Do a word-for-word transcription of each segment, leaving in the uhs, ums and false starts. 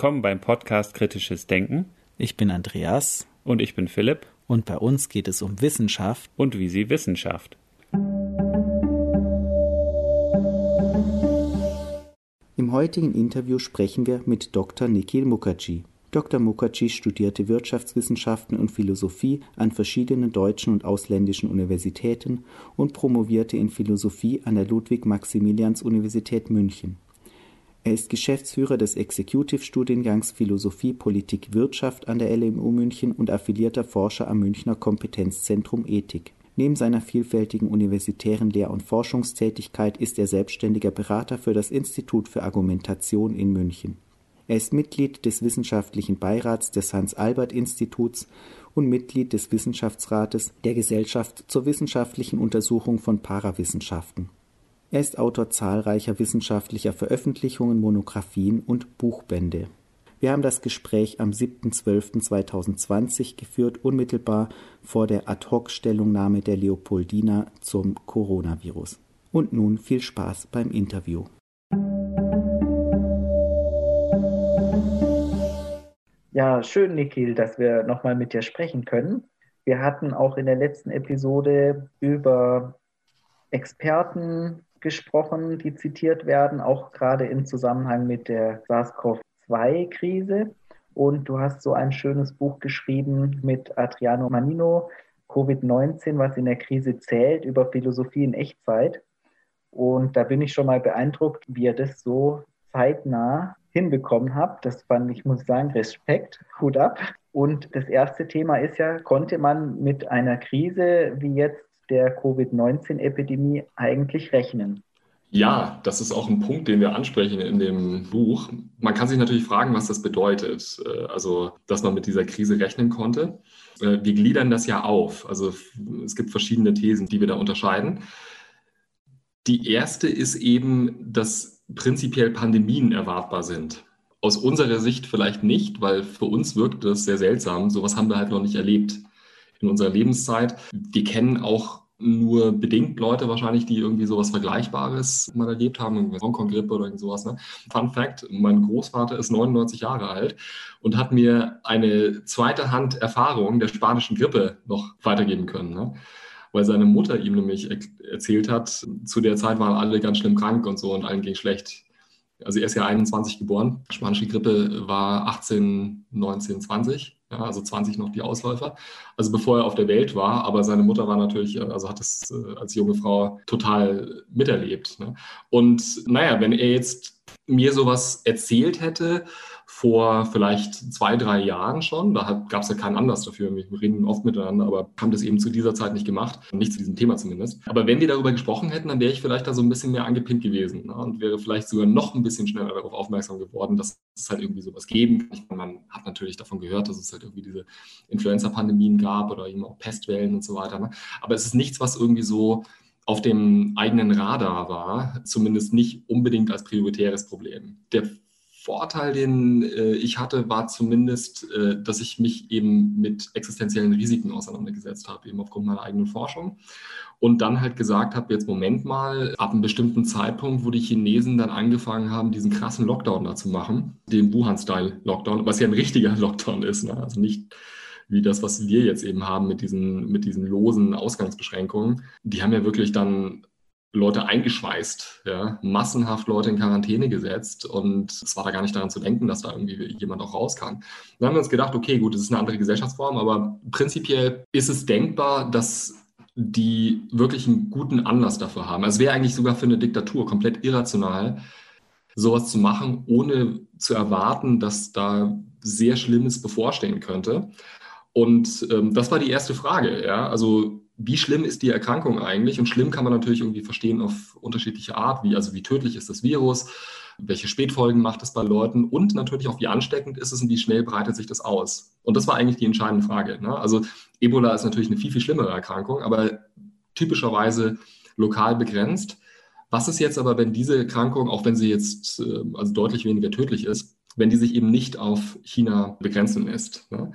Willkommen beim Podcast Kritisches Denken. Ich bin Andreas. Und ich bin Philipp. Und bei uns geht es um Wissenschaft. Und wie sie Wissenschaft. Im heutigen Interview sprechen wir mit Doktor Nikhil Mukherjee. Doktor Mukherjee studierte Wirtschaftswissenschaften und Philosophie an verschiedenen deutschen und ausländischen Universitäten und promovierte in Philosophie an der Ludwig-Maximilians-Universität München. Er ist Geschäftsführer des Executive-Studiengangs Philosophie, Politik, Wirtschaft an der L M U München und affiliierter Forscher am Münchner Kompetenzzentrum Ethik. Neben seiner vielfältigen universitären Lehr- und Forschungstätigkeit ist er selbstständiger Berater für das Institut für Argumentation in München. Er ist Mitglied des wissenschaftlichen Beirats des Hans-Albert-Instituts und Mitglied des Wissenschaftsrates der Gesellschaft zur wissenschaftlichen Untersuchung von Parawissenschaften. Er ist Autor zahlreicher wissenschaftlicher Veröffentlichungen, Monographien und Buchbände. Wir haben das Gespräch am siebten zwölften zweitausendzwanzig geführt, unmittelbar vor der Ad-hoc-Stellungnahme der Leopoldina zum Coronavirus. Und nun viel Spaß beim Interview. Ja, schön, Nikhil, dass wir nochmal mit dir sprechen können. Wir hatten auch in der letzten Episode über Experten gesprochen, die zitiert werden, auch gerade im Zusammenhang mit der SARS-CoV zwei Krise. Und du hast so ein schönes Buch geschrieben mit Adriano Mannino, Covid neunzehn, was in der Krise zählt, über Philosophie in Echtzeit. Und da bin ich schon mal beeindruckt, wie ihr das so zeitnah hinbekommen habt. Das fand ich, muss ich sagen, Respekt, Hut ab. Und das erste Thema ist ja, konnte man mit einer Krise wie jetzt der Covid neunzehn Epidemie eigentlich rechnen? Ja, das ist auch ein Punkt, den wir ansprechen in dem Buch. Man kann sich natürlich fragen, was das bedeutet, also dass man mit dieser Krise rechnen konnte. Wir gliedern das ja auf, also es gibt verschiedene Thesen, die wir da unterscheiden. Die erste ist eben, dass prinzipiell Pandemien erwartbar sind. Aus unserer Sicht vielleicht nicht, weil für uns wirkt das sehr seltsam. Sowas haben wir halt noch nicht erlebt in unserer Lebenszeit. Wir kennen auch nur bedingt Leute wahrscheinlich, die irgendwie sowas Vergleichbares mal erlebt haben, irgendwie Hongkong-Grippe oder irgend sowas. Ne? Fun Fact, mein Großvater ist neunundneunzig Jahre alt und hat mir eine zweite Hand Erfahrung der spanischen Grippe noch weitergeben können. Ne? Weil seine Mutter ihm nämlich er- erzählt hat, zu der Zeit waren alle ganz schlimm krank und so und allen ging schlecht. Also er ist ja einundzwanzig geboren. Spanische Grippe war achtzehn, neunzehn, zwanzig. Ja, also zwanzig noch die Ausläufer. Also bevor er auf der Welt war. Aber seine Mutter war natürlich, also hat es äh, als junge Frau total miterlebt. Ne? Und naja, wenn er jetzt mir sowas erzählt hätte, vor vielleicht zwei, drei Jahren schon, da gab es ja keinen Anlass dafür, wir reden oft miteinander, aber haben das eben zu dieser Zeit nicht gemacht, nicht zu diesem Thema zumindest. Aber wenn wir darüber gesprochen hätten, dann wäre ich vielleicht da so ein bisschen mehr angepinnt gewesen, ne? Und wäre vielleicht sogar noch ein bisschen schneller darauf aufmerksam geworden, dass es halt irgendwie sowas geben kann. Man hat natürlich davon gehört, dass es halt irgendwie diese Influenza-Pandemien gab oder eben auch Pestwellen und so weiter. Ne? Aber es ist nichts, was irgendwie so auf dem eigenen Radar war, zumindest nicht unbedingt als prioritäres Problem. Der Vorteil, den äh, ich hatte, war zumindest, äh, dass ich mich eben mit existenziellen Risiken auseinandergesetzt habe, eben aufgrund meiner eigenen Forschung. Und dann halt gesagt habe, jetzt Moment mal, ab einem bestimmten Zeitpunkt, wo die Chinesen dann angefangen haben, diesen krassen Lockdown da zu machen, den Wuhan-Style-Lockdown, was ja ein richtiger Lockdown ist, ne? Also nicht wie das, was wir jetzt eben haben mit diesen, mit diesen losen Ausgangsbeschränkungen. Die haben ja wirklich dann Leute eingeschweißt, ja, massenhaft Leute in Quarantäne gesetzt und es war da gar nicht daran zu denken, dass da irgendwie jemand auch raus kann. Dann haben wir uns gedacht, okay, gut, das ist eine andere Gesellschaftsform, aber prinzipiell ist es denkbar, dass die wirklich einen guten Anlass dafür haben. Also es wäre eigentlich sogar für eine Diktatur komplett irrational, sowas zu machen, ohne zu erwarten, dass da sehr Schlimmes bevorstehen könnte. Und ähm, das war die erste Frage, ja, also wie schlimm ist die Erkrankung eigentlich? Und schlimm kann man natürlich irgendwie verstehen auf unterschiedliche Art, wie, also wie tödlich ist das Virus, welche Spätfolgen macht es bei Leuten und natürlich auch, wie ansteckend ist es und wie schnell breitet sich das aus? Und das war eigentlich die entscheidende Frage. Ne? Also Ebola ist natürlich eine viel, viel schlimmere Erkrankung, aber typischerweise lokal begrenzt. Was ist jetzt aber, wenn diese Erkrankung, auch wenn sie jetzt äh, also deutlich weniger tödlich ist, wenn die sich eben nicht auf China begrenzen lässt? Ne?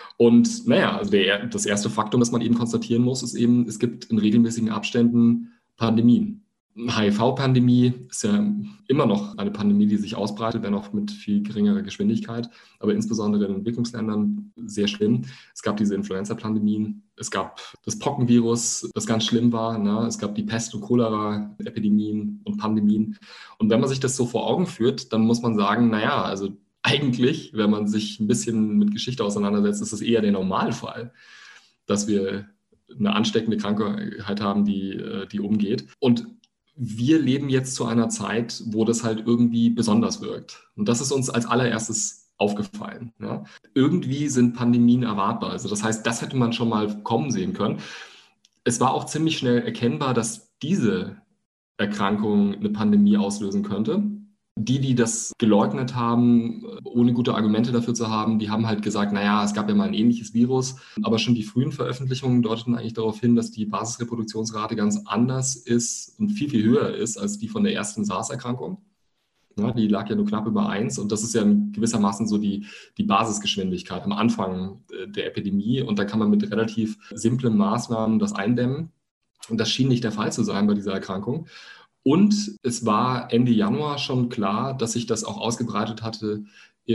Und naja, also der, das erste Faktum, das man eben konstatieren muss, ist eben, es gibt in regelmäßigen Abständen Pandemien. H I V-Pandemie ist ja immer noch eine Pandemie, die sich ausbreitet, wenn auch mit viel geringerer Geschwindigkeit, aber insbesondere in Entwicklungsländern sehr schlimm. Es gab diese Influenza-Pandemien, es gab das Pockenvirus, das ganz schlimm war, ne? Es gab die Pest- und Cholera-Epidemien und Pandemien. Und wenn man sich das so vor Augen führt, dann muss man sagen, naja, also eigentlich, wenn man sich ein bisschen mit Geschichte auseinandersetzt, ist es eher der Normalfall, dass wir eine ansteckende Krankheit haben, die, die umgeht. Und wir leben jetzt zu einer Zeit, wo das halt irgendwie besonders wirkt. Und das ist uns als allererstes aufgefallen. Ja? Irgendwie sind Pandemien erwartbar. Also das heißt, das hätte man schon mal kommen sehen können. Es war auch ziemlich schnell erkennbar, dass diese Erkrankung eine Pandemie auslösen könnte. Die, die das geleugnet haben, ohne gute Argumente dafür zu haben, die haben halt gesagt, naja, es gab ja mal ein ähnliches Virus. Aber schon die frühen Veröffentlichungen deuteten eigentlich darauf hin, dass die Basisreproduktionsrate ganz anders ist und viel, viel höher ist als die von der ersten SARS-Erkrankung. Ja, die lag ja nur knapp über eins und das ist ja gewissermaßen so die, die Basisgeschwindigkeit am Anfang der Epidemie. Und da kann man mit relativ simplen Maßnahmen das eindämmen. Und das schien nicht der Fall zu sein bei dieser Erkrankung. Und es war Ende Januar schon klar, dass sich das auch ausgebreitet hatte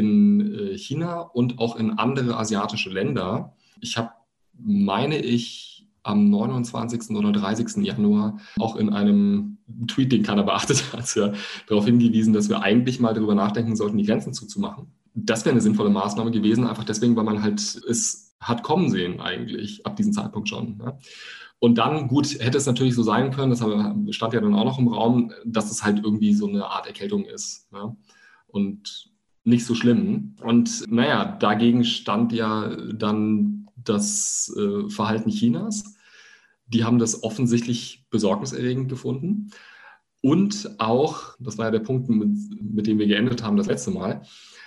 in China und auch in andere asiatische Länder. Ich habe, meine ich, am neunundzwanzigsten oder dreißigsten Januar auch in einem Tweet, den keiner beachtet hat, ja, darauf hingewiesen, dass wir eigentlich mal darüber nachdenken sollten, die Grenzen zuzumachen. Das wäre eine sinnvolle Maßnahme gewesen, einfach deswegen, weil man halt es hat kommen sehen eigentlich, ab diesem Zeitpunkt schon. Ja. Und dann, gut, hätte es natürlich so sein können, das stand ja dann auch noch im Raum, dass es halt irgendwie so eine Art Erkältung ist. Ja? Und nicht so schlimm. Und naja, dagegen stand ja dann das äh, Verhalten Chinas. Die haben das offensichtlich besorgniserregend gefunden. Und auch, das war ja der Punkt, mit, mit dem wir geendet haben das letzte Mal,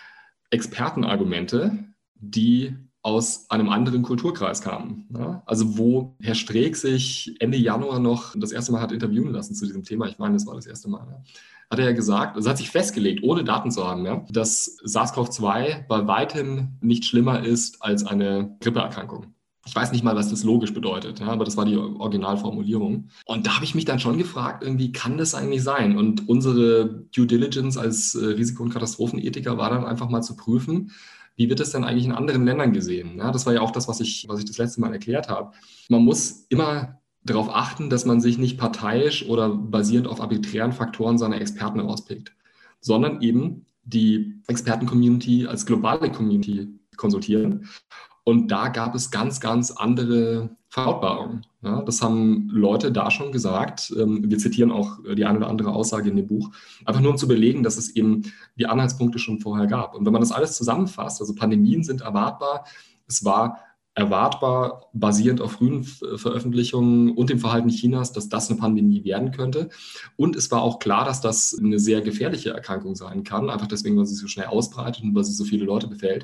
Expertenargumente, die aus einem anderen Kulturkreis kamen. Ja? Also wo Herr Streeck sich Ende Januar noch das erste Mal hat interviewen lassen zu diesem Thema, ich meine, das war das erste Mal, ja? Hat er ja gesagt, also hat sich festgelegt, ohne Daten zu haben, ja, dass SARS-CoV zwei bei weitem nicht schlimmer ist als eine Grippeerkrankung. Ich weiß nicht mal, was das logisch bedeutet, ja, aber das war die Originalformulierung. Und da habe ich mich dann schon gefragt, irgendwie kann das eigentlich sein? Und unsere Due Diligence als äh, Risiko- und Katastrophenethiker war dann einfach mal zu prüfen, wie wird das denn eigentlich in anderen Ländern gesehen? Ja, das war ja auch das, was ich, was ich das letzte Mal erklärt habe. Man muss immer darauf achten, dass man sich nicht parteiisch oder basierend auf arbiträren Faktoren seine Experten rauspickt, sondern eben die Experten-Community als globale Community konsultieren. Und da gab es ganz, ganz andere Verlautbarungen. Ja, das haben Leute da schon gesagt. Wir zitieren auch die eine oder andere Aussage in dem Buch, einfach nur um zu belegen, dass es eben die Anhaltspunkte schon vorher gab. Und wenn man das alles zusammenfasst, also Pandemien sind erwartbar, es war erwartbar, basierend auf frühen Veröffentlichungen und dem Verhalten Chinas, dass das eine Pandemie werden könnte. Und es war auch klar, dass das eine sehr gefährliche Erkrankung sein kann, einfach deswegen, weil sie so schnell ausbreitet und weil sie so viele Leute befällt.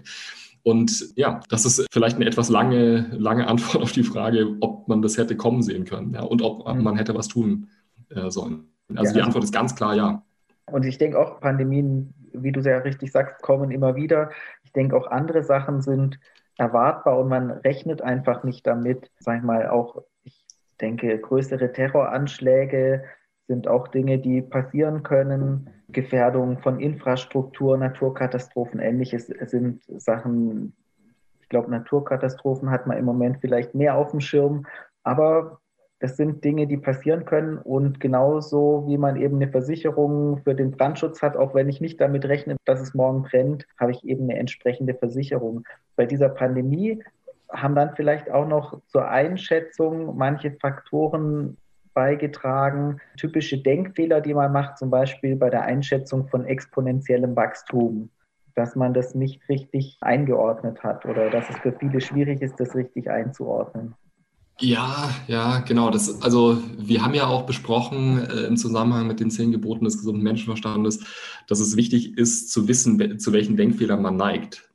Und ja, das ist vielleicht eine etwas lange, lange Antwort auf die Frage, ob man das hätte kommen sehen können, ja, und ob mhm. man hätte was tun äh, sollen. Also ja, die Antwort ist ganz klar ja. Und ich denke auch, Pandemien, wie du sehr richtig sagst, kommen immer wieder. Ich denke auch andere Sachen sind erwartbar und man rechnet einfach nicht damit. Sag ich mal, auch, ich denke, größere Terroranschläge sind auch Dinge, die passieren können. Gefährdung von Infrastruktur, Naturkatastrophen, ähnliches sind Sachen. Ich glaube, Naturkatastrophen hat man im Moment vielleicht mehr auf dem Schirm, aber das sind Dinge, die passieren können und genauso wie man eben eine Versicherung für den Brandschutz hat, auch wenn ich nicht damit rechne, dass es morgen brennt, habe ich eben eine entsprechende Versicherung. Bei dieser Pandemie haben dann vielleicht auch noch zur Einschätzung manche Faktoren beigetragen. Typische Denkfehler, die man macht, zum Beispiel bei der Einschätzung von exponentiellem Wachstum, dass man das nicht richtig eingeordnet hat oder dass es für viele schwierig ist, das richtig einzuordnen. Ja, ja, genau. Das, also wir haben ja auch besprochen äh, im Zusammenhang mit den zehn Geboten des gesunden Menschenverstandes, dass es wichtig ist zu wissen, zu welchen Denkfehlern man neigt.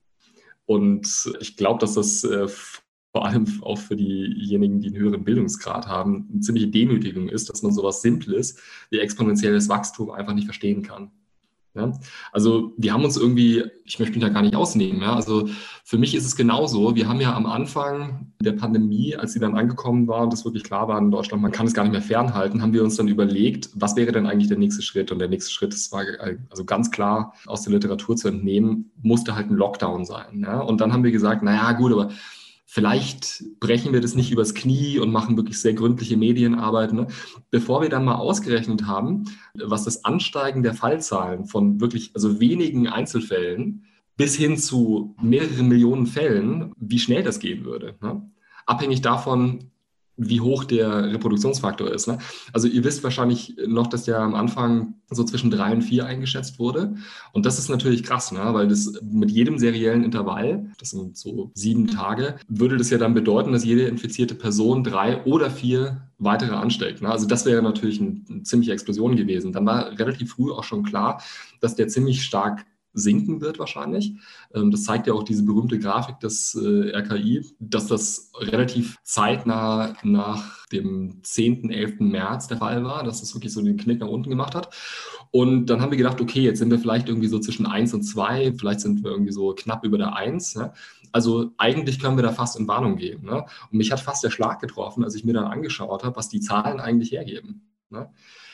Und ich glaube, dass das äh, vor allem auch für diejenigen, die einen höheren Bildungsgrad haben, eine ziemliche Demütigung ist, dass man sowas Simples wie exponentielles Wachstum einfach nicht verstehen kann. Ja? Also wir haben uns irgendwie, ich möchte mich da gar nicht ausnehmen, ja? Also für mich ist es genauso, wir haben ja am Anfang der Pandemie, als sie dann angekommen war und es wirklich klar war in Deutschland, man kann es gar nicht mehr fernhalten, haben wir uns dann überlegt, was wäre denn eigentlich der nächste Schritt? Und der nächste Schritt, das war also ganz klar aus der Literatur zu entnehmen, musste halt ein Lockdown sein. Ja? Und dann haben wir gesagt, naja gut, aber vielleicht brechen wir das nicht übers Knie und machen wirklich sehr gründliche Medienarbeit, ne? Bevor wir dann mal ausgerechnet haben, was das Ansteigen der Fallzahlen von wirklich, also wenigen Einzelfällen bis hin zu mehreren Millionen Fällen, wie schnell das gehen würde, ne? Abhängig davon, wie hoch der Reproduktionsfaktor ist. Ne? Also ihr wisst wahrscheinlich noch, dass der am Anfang so zwischen drei und vier eingeschätzt wurde. Und das ist natürlich krass, ne? Weil das mit jedem seriellen Intervall, das sind so sieben Tage, würde das ja dann bedeuten, dass jede infizierte Person drei oder vier weitere ansteckt. Ne? Also das wäre natürlich eine, eine ziemliche Explosion gewesen. Dann war relativ früh auch schon klar, dass der ziemlich stark sinken wird wahrscheinlich. Das zeigt ja auch diese berühmte Grafik des R K I, dass das relativ zeitnah nach dem zehnten, elften März der Fall war, dass das wirklich so den Knick nach unten gemacht hat. Und dann haben wir gedacht, okay, jetzt sind wir vielleicht irgendwie so zwischen eins und zwei, vielleicht sind wir irgendwie so knapp über der eins. Ne? Also eigentlich können wir da fast in Warnung gehen. Ne? Und mich hat fast der Schlag getroffen, als ich mir dann angeschaut habe, was die Zahlen eigentlich hergeben. Ne?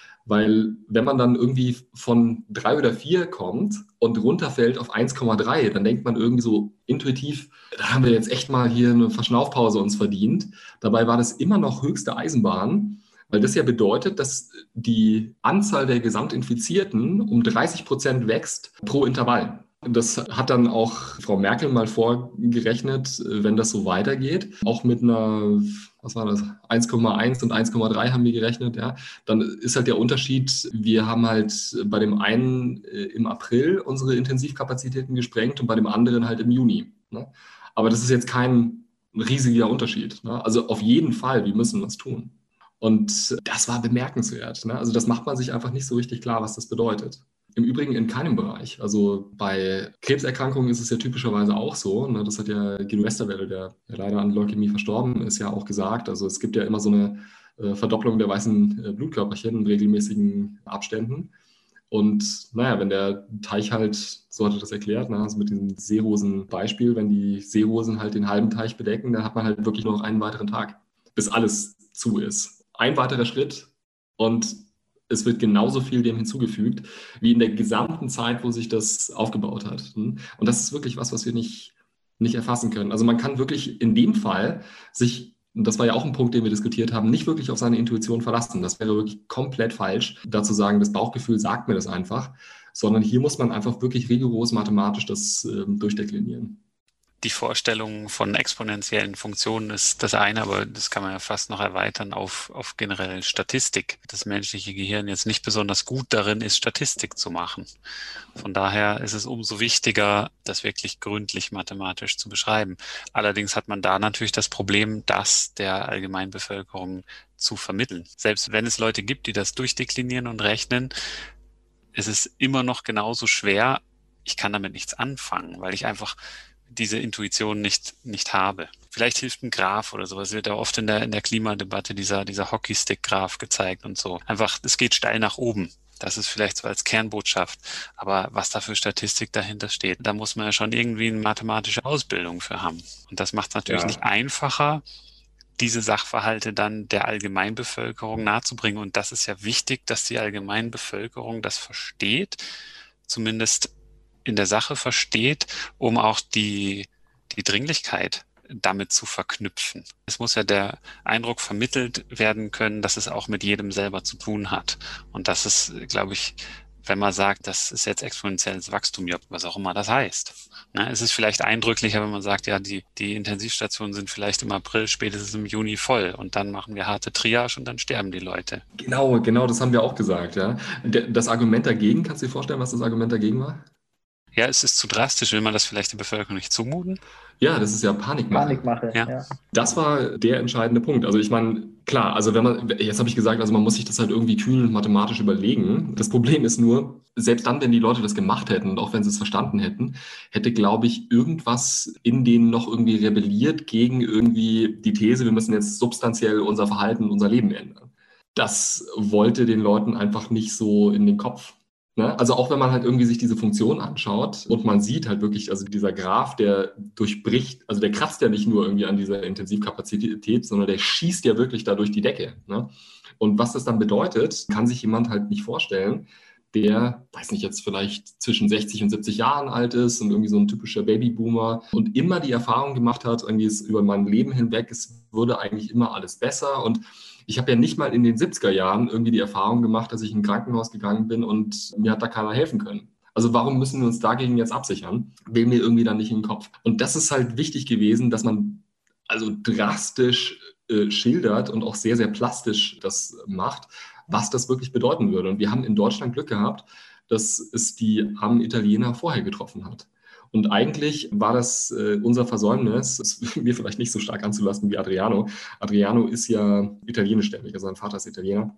Weil wenn man dann irgendwie von drei oder vier kommt und runterfällt auf eins Komma drei, dann denkt man irgendwie so intuitiv, da haben wir jetzt echt mal hier eine Verschnaufpause uns verdient. Dabei war das immer noch höchste Eisenbahn, weil das ja bedeutet, dass die Anzahl der Gesamtinfizierten um dreißig Prozent wächst pro Intervall. Das hat dann auch Frau Merkel mal vorgerechnet, wenn das so weitergeht, auch mit einer, was war das, eins Komma eins und eins Komma drei haben wir gerechnet, ja, dann ist halt der Unterschied, wir haben halt bei dem einen im April unsere Intensivkapazitäten gesprengt und bei dem anderen halt im Juni. Ne? Aber das ist jetzt kein riesiger Unterschied. Ne? Also auf jeden Fall, wir müssen was tun. Und das war bemerkenswert. Ne? Also das macht man sich einfach nicht so richtig klar, was das bedeutet. Im Übrigen in keinem Bereich. Also bei Krebserkrankungen ist es ja typischerweise auch so. Ne? Das hat ja Guido Westerwelle, der ja leider an Leukämie verstorben ist, ja auch gesagt. Also es gibt ja immer so eine äh, Verdopplung der weißen äh, Blutkörperchen in regelmäßigen Abständen. Und naja, wenn der Teich halt, so hat er das erklärt, ne? Also mit diesem Seerosen-Beispiel, wenn die Seerosen halt den halben Teich bedecken, dann hat man halt wirklich nur noch einen weiteren Tag, bis alles zu ist. Ein weiterer Schritt und es wird genauso viel dem hinzugefügt, wie in der gesamten Zeit, wo sich das aufgebaut hat. Und das ist wirklich was, was wir nicht, nicht erfassen können. Also man kann wirklich in dem Fall sich, und das war ja auch ein Punkt, den wir diskutiert haben, nicht wirklich auf seine Intuition verlassen. Das wäre wirklich komplett falsch, dazu sagen, das Bauchgefühl sagt mir das einfach, sondern hier muss man einfach wirklich rigoros mathematisch das äh, durchdeklinieren. Die Vorstellung von exponentiellen Funktionen ist das eine, aber das kann man ja fast noch erweitern auf, auf generelle Statistik. Das menschliche Gehirn jetzt nicht besonders gut darin ist, Statistik zu machen. Von daher ist es umso wichtiger, das wirklich gründlich mathematisch zu beschreiben. Allerdings hat man da natürlich das Problem, das der Allgemeinbevölkerung zu vermitteln. Selbst wenn es Leute gibt, die das durchdeklinieren und rechnen, ist es immer noch genauso schwer. Ich kann damit nichts anfangen, weil ich einfach diese Intuition nicht, nicht habe. Vielleicht hilft ein Graph oder sowas. Wird ja oft in der, in der Klimadebatte dieser, dieser Hockeystick-Graph gezeigt und so. Einfach, es geht steil nach oben. Das ist vielleicht so als Kernbotschaft. Aber was da für Statistik dahinter steht, da muss man ja schon irgendwie eine mathematische Ausbildung für haben. Und das macht es natürlich ja. nicht einfacher, diese Sachverhalte dann der Allgemeinbevölkerung nahezubringen. Und das ist ja wichtig, dass die Allgemeinbevölkerung das versteht, zumindest in der Sache versteht, um auch die, die Dringlichkeit damit zu verknüpfen. Es muss ja der Eindruck vermittelt werden können, dass es auch mit jedem selber zu tun hat. Und das ist, glaube ich, wenn man sagt, das ist jetzt exponentielles Wachstum, was auch immer das heißt. Na, es ist vielleicht eindrücklicher, wenn man sagt, ja, die, die Intensivstationen sind vielleicht im April, spätestens im Juni voll und dann machen wir harte Triage und dann sterben die Leute. Genau, genau, das haben wir auch gesagt. Ja. Das Argument dagegen, kannst du dir vorstellen, was das Argument dagegen war? Ja, es ist zu drastisch. Will man das vielleicht der Bevölkerung nicht zumuten? Ja, das ist ja Panikmache. Panikmache, ja. ja. Das war der entscheidende Punkt. Also ich meine, klar, also wenn man, jetzt habe ich gesagt, also man muss sich das halt irgendwie kühl und mathematisch überlegen. Das Problem ist nur, selbst dann, wenn die Leute das gemacht hätten und auch wenn sie es verstanden hätten, hätte, glaube ich, irgendwas in denen noch irgendwie rebelliert gegen irgendwie die These, wir müssen jetzt substanziell unser Verhalten, unser Leben ändern. Das wollte den Leuten einfach nicht so in den Kopf. Ne? Also auch wenn man halt irgendwie sich diese Funktion anschaut und man sieht halt wirklich, also dieser Graph, der durchbricht, also der kratzt ja nicht nur irgendwie an dieser Intensivkapazität, sondern der schießt ja wirklich da durch die Decke. Ne? Und was das dann bedeutet, kann sich jemand halt nicht vorstellen, der, weiß nicht, jetzt vielleicht zwischen sechzig und siebzig Jahren alt ist und irgendwie so ein typischer Babyboomer und immer die Erfahrung gemacht hat, irgendwie ist über mein Leben hinweg, es wurde eigentlich immer alles besser. Und ich habe ja nicht mal in den siebziger Jahren irgendwie die Erfahrung gemacht, dass ich in ein Krankenhaus gegangen bin und mir hat da keiner helfen können. Also warum müssen wir uns dagegen jetzt absichern? Will mir irgendwie dann nicht in den Kopf. Und das ist halt wichtig gewesen, dass man also drastisch äh, schildert und auch sehr, sehr plastisch das macht, was das wirklich bedeuten würde. Und wir haben in Deutschland Glück gehabt, dass es die armen Italiener vorher getroffen hat. Und eigentlich war das äh, unser Versäumnis, es mir vielleicht nicht so stark anzulasten wie Adriano. Adriano ist ja italienischstämmig, also sein Vater ist Italiener.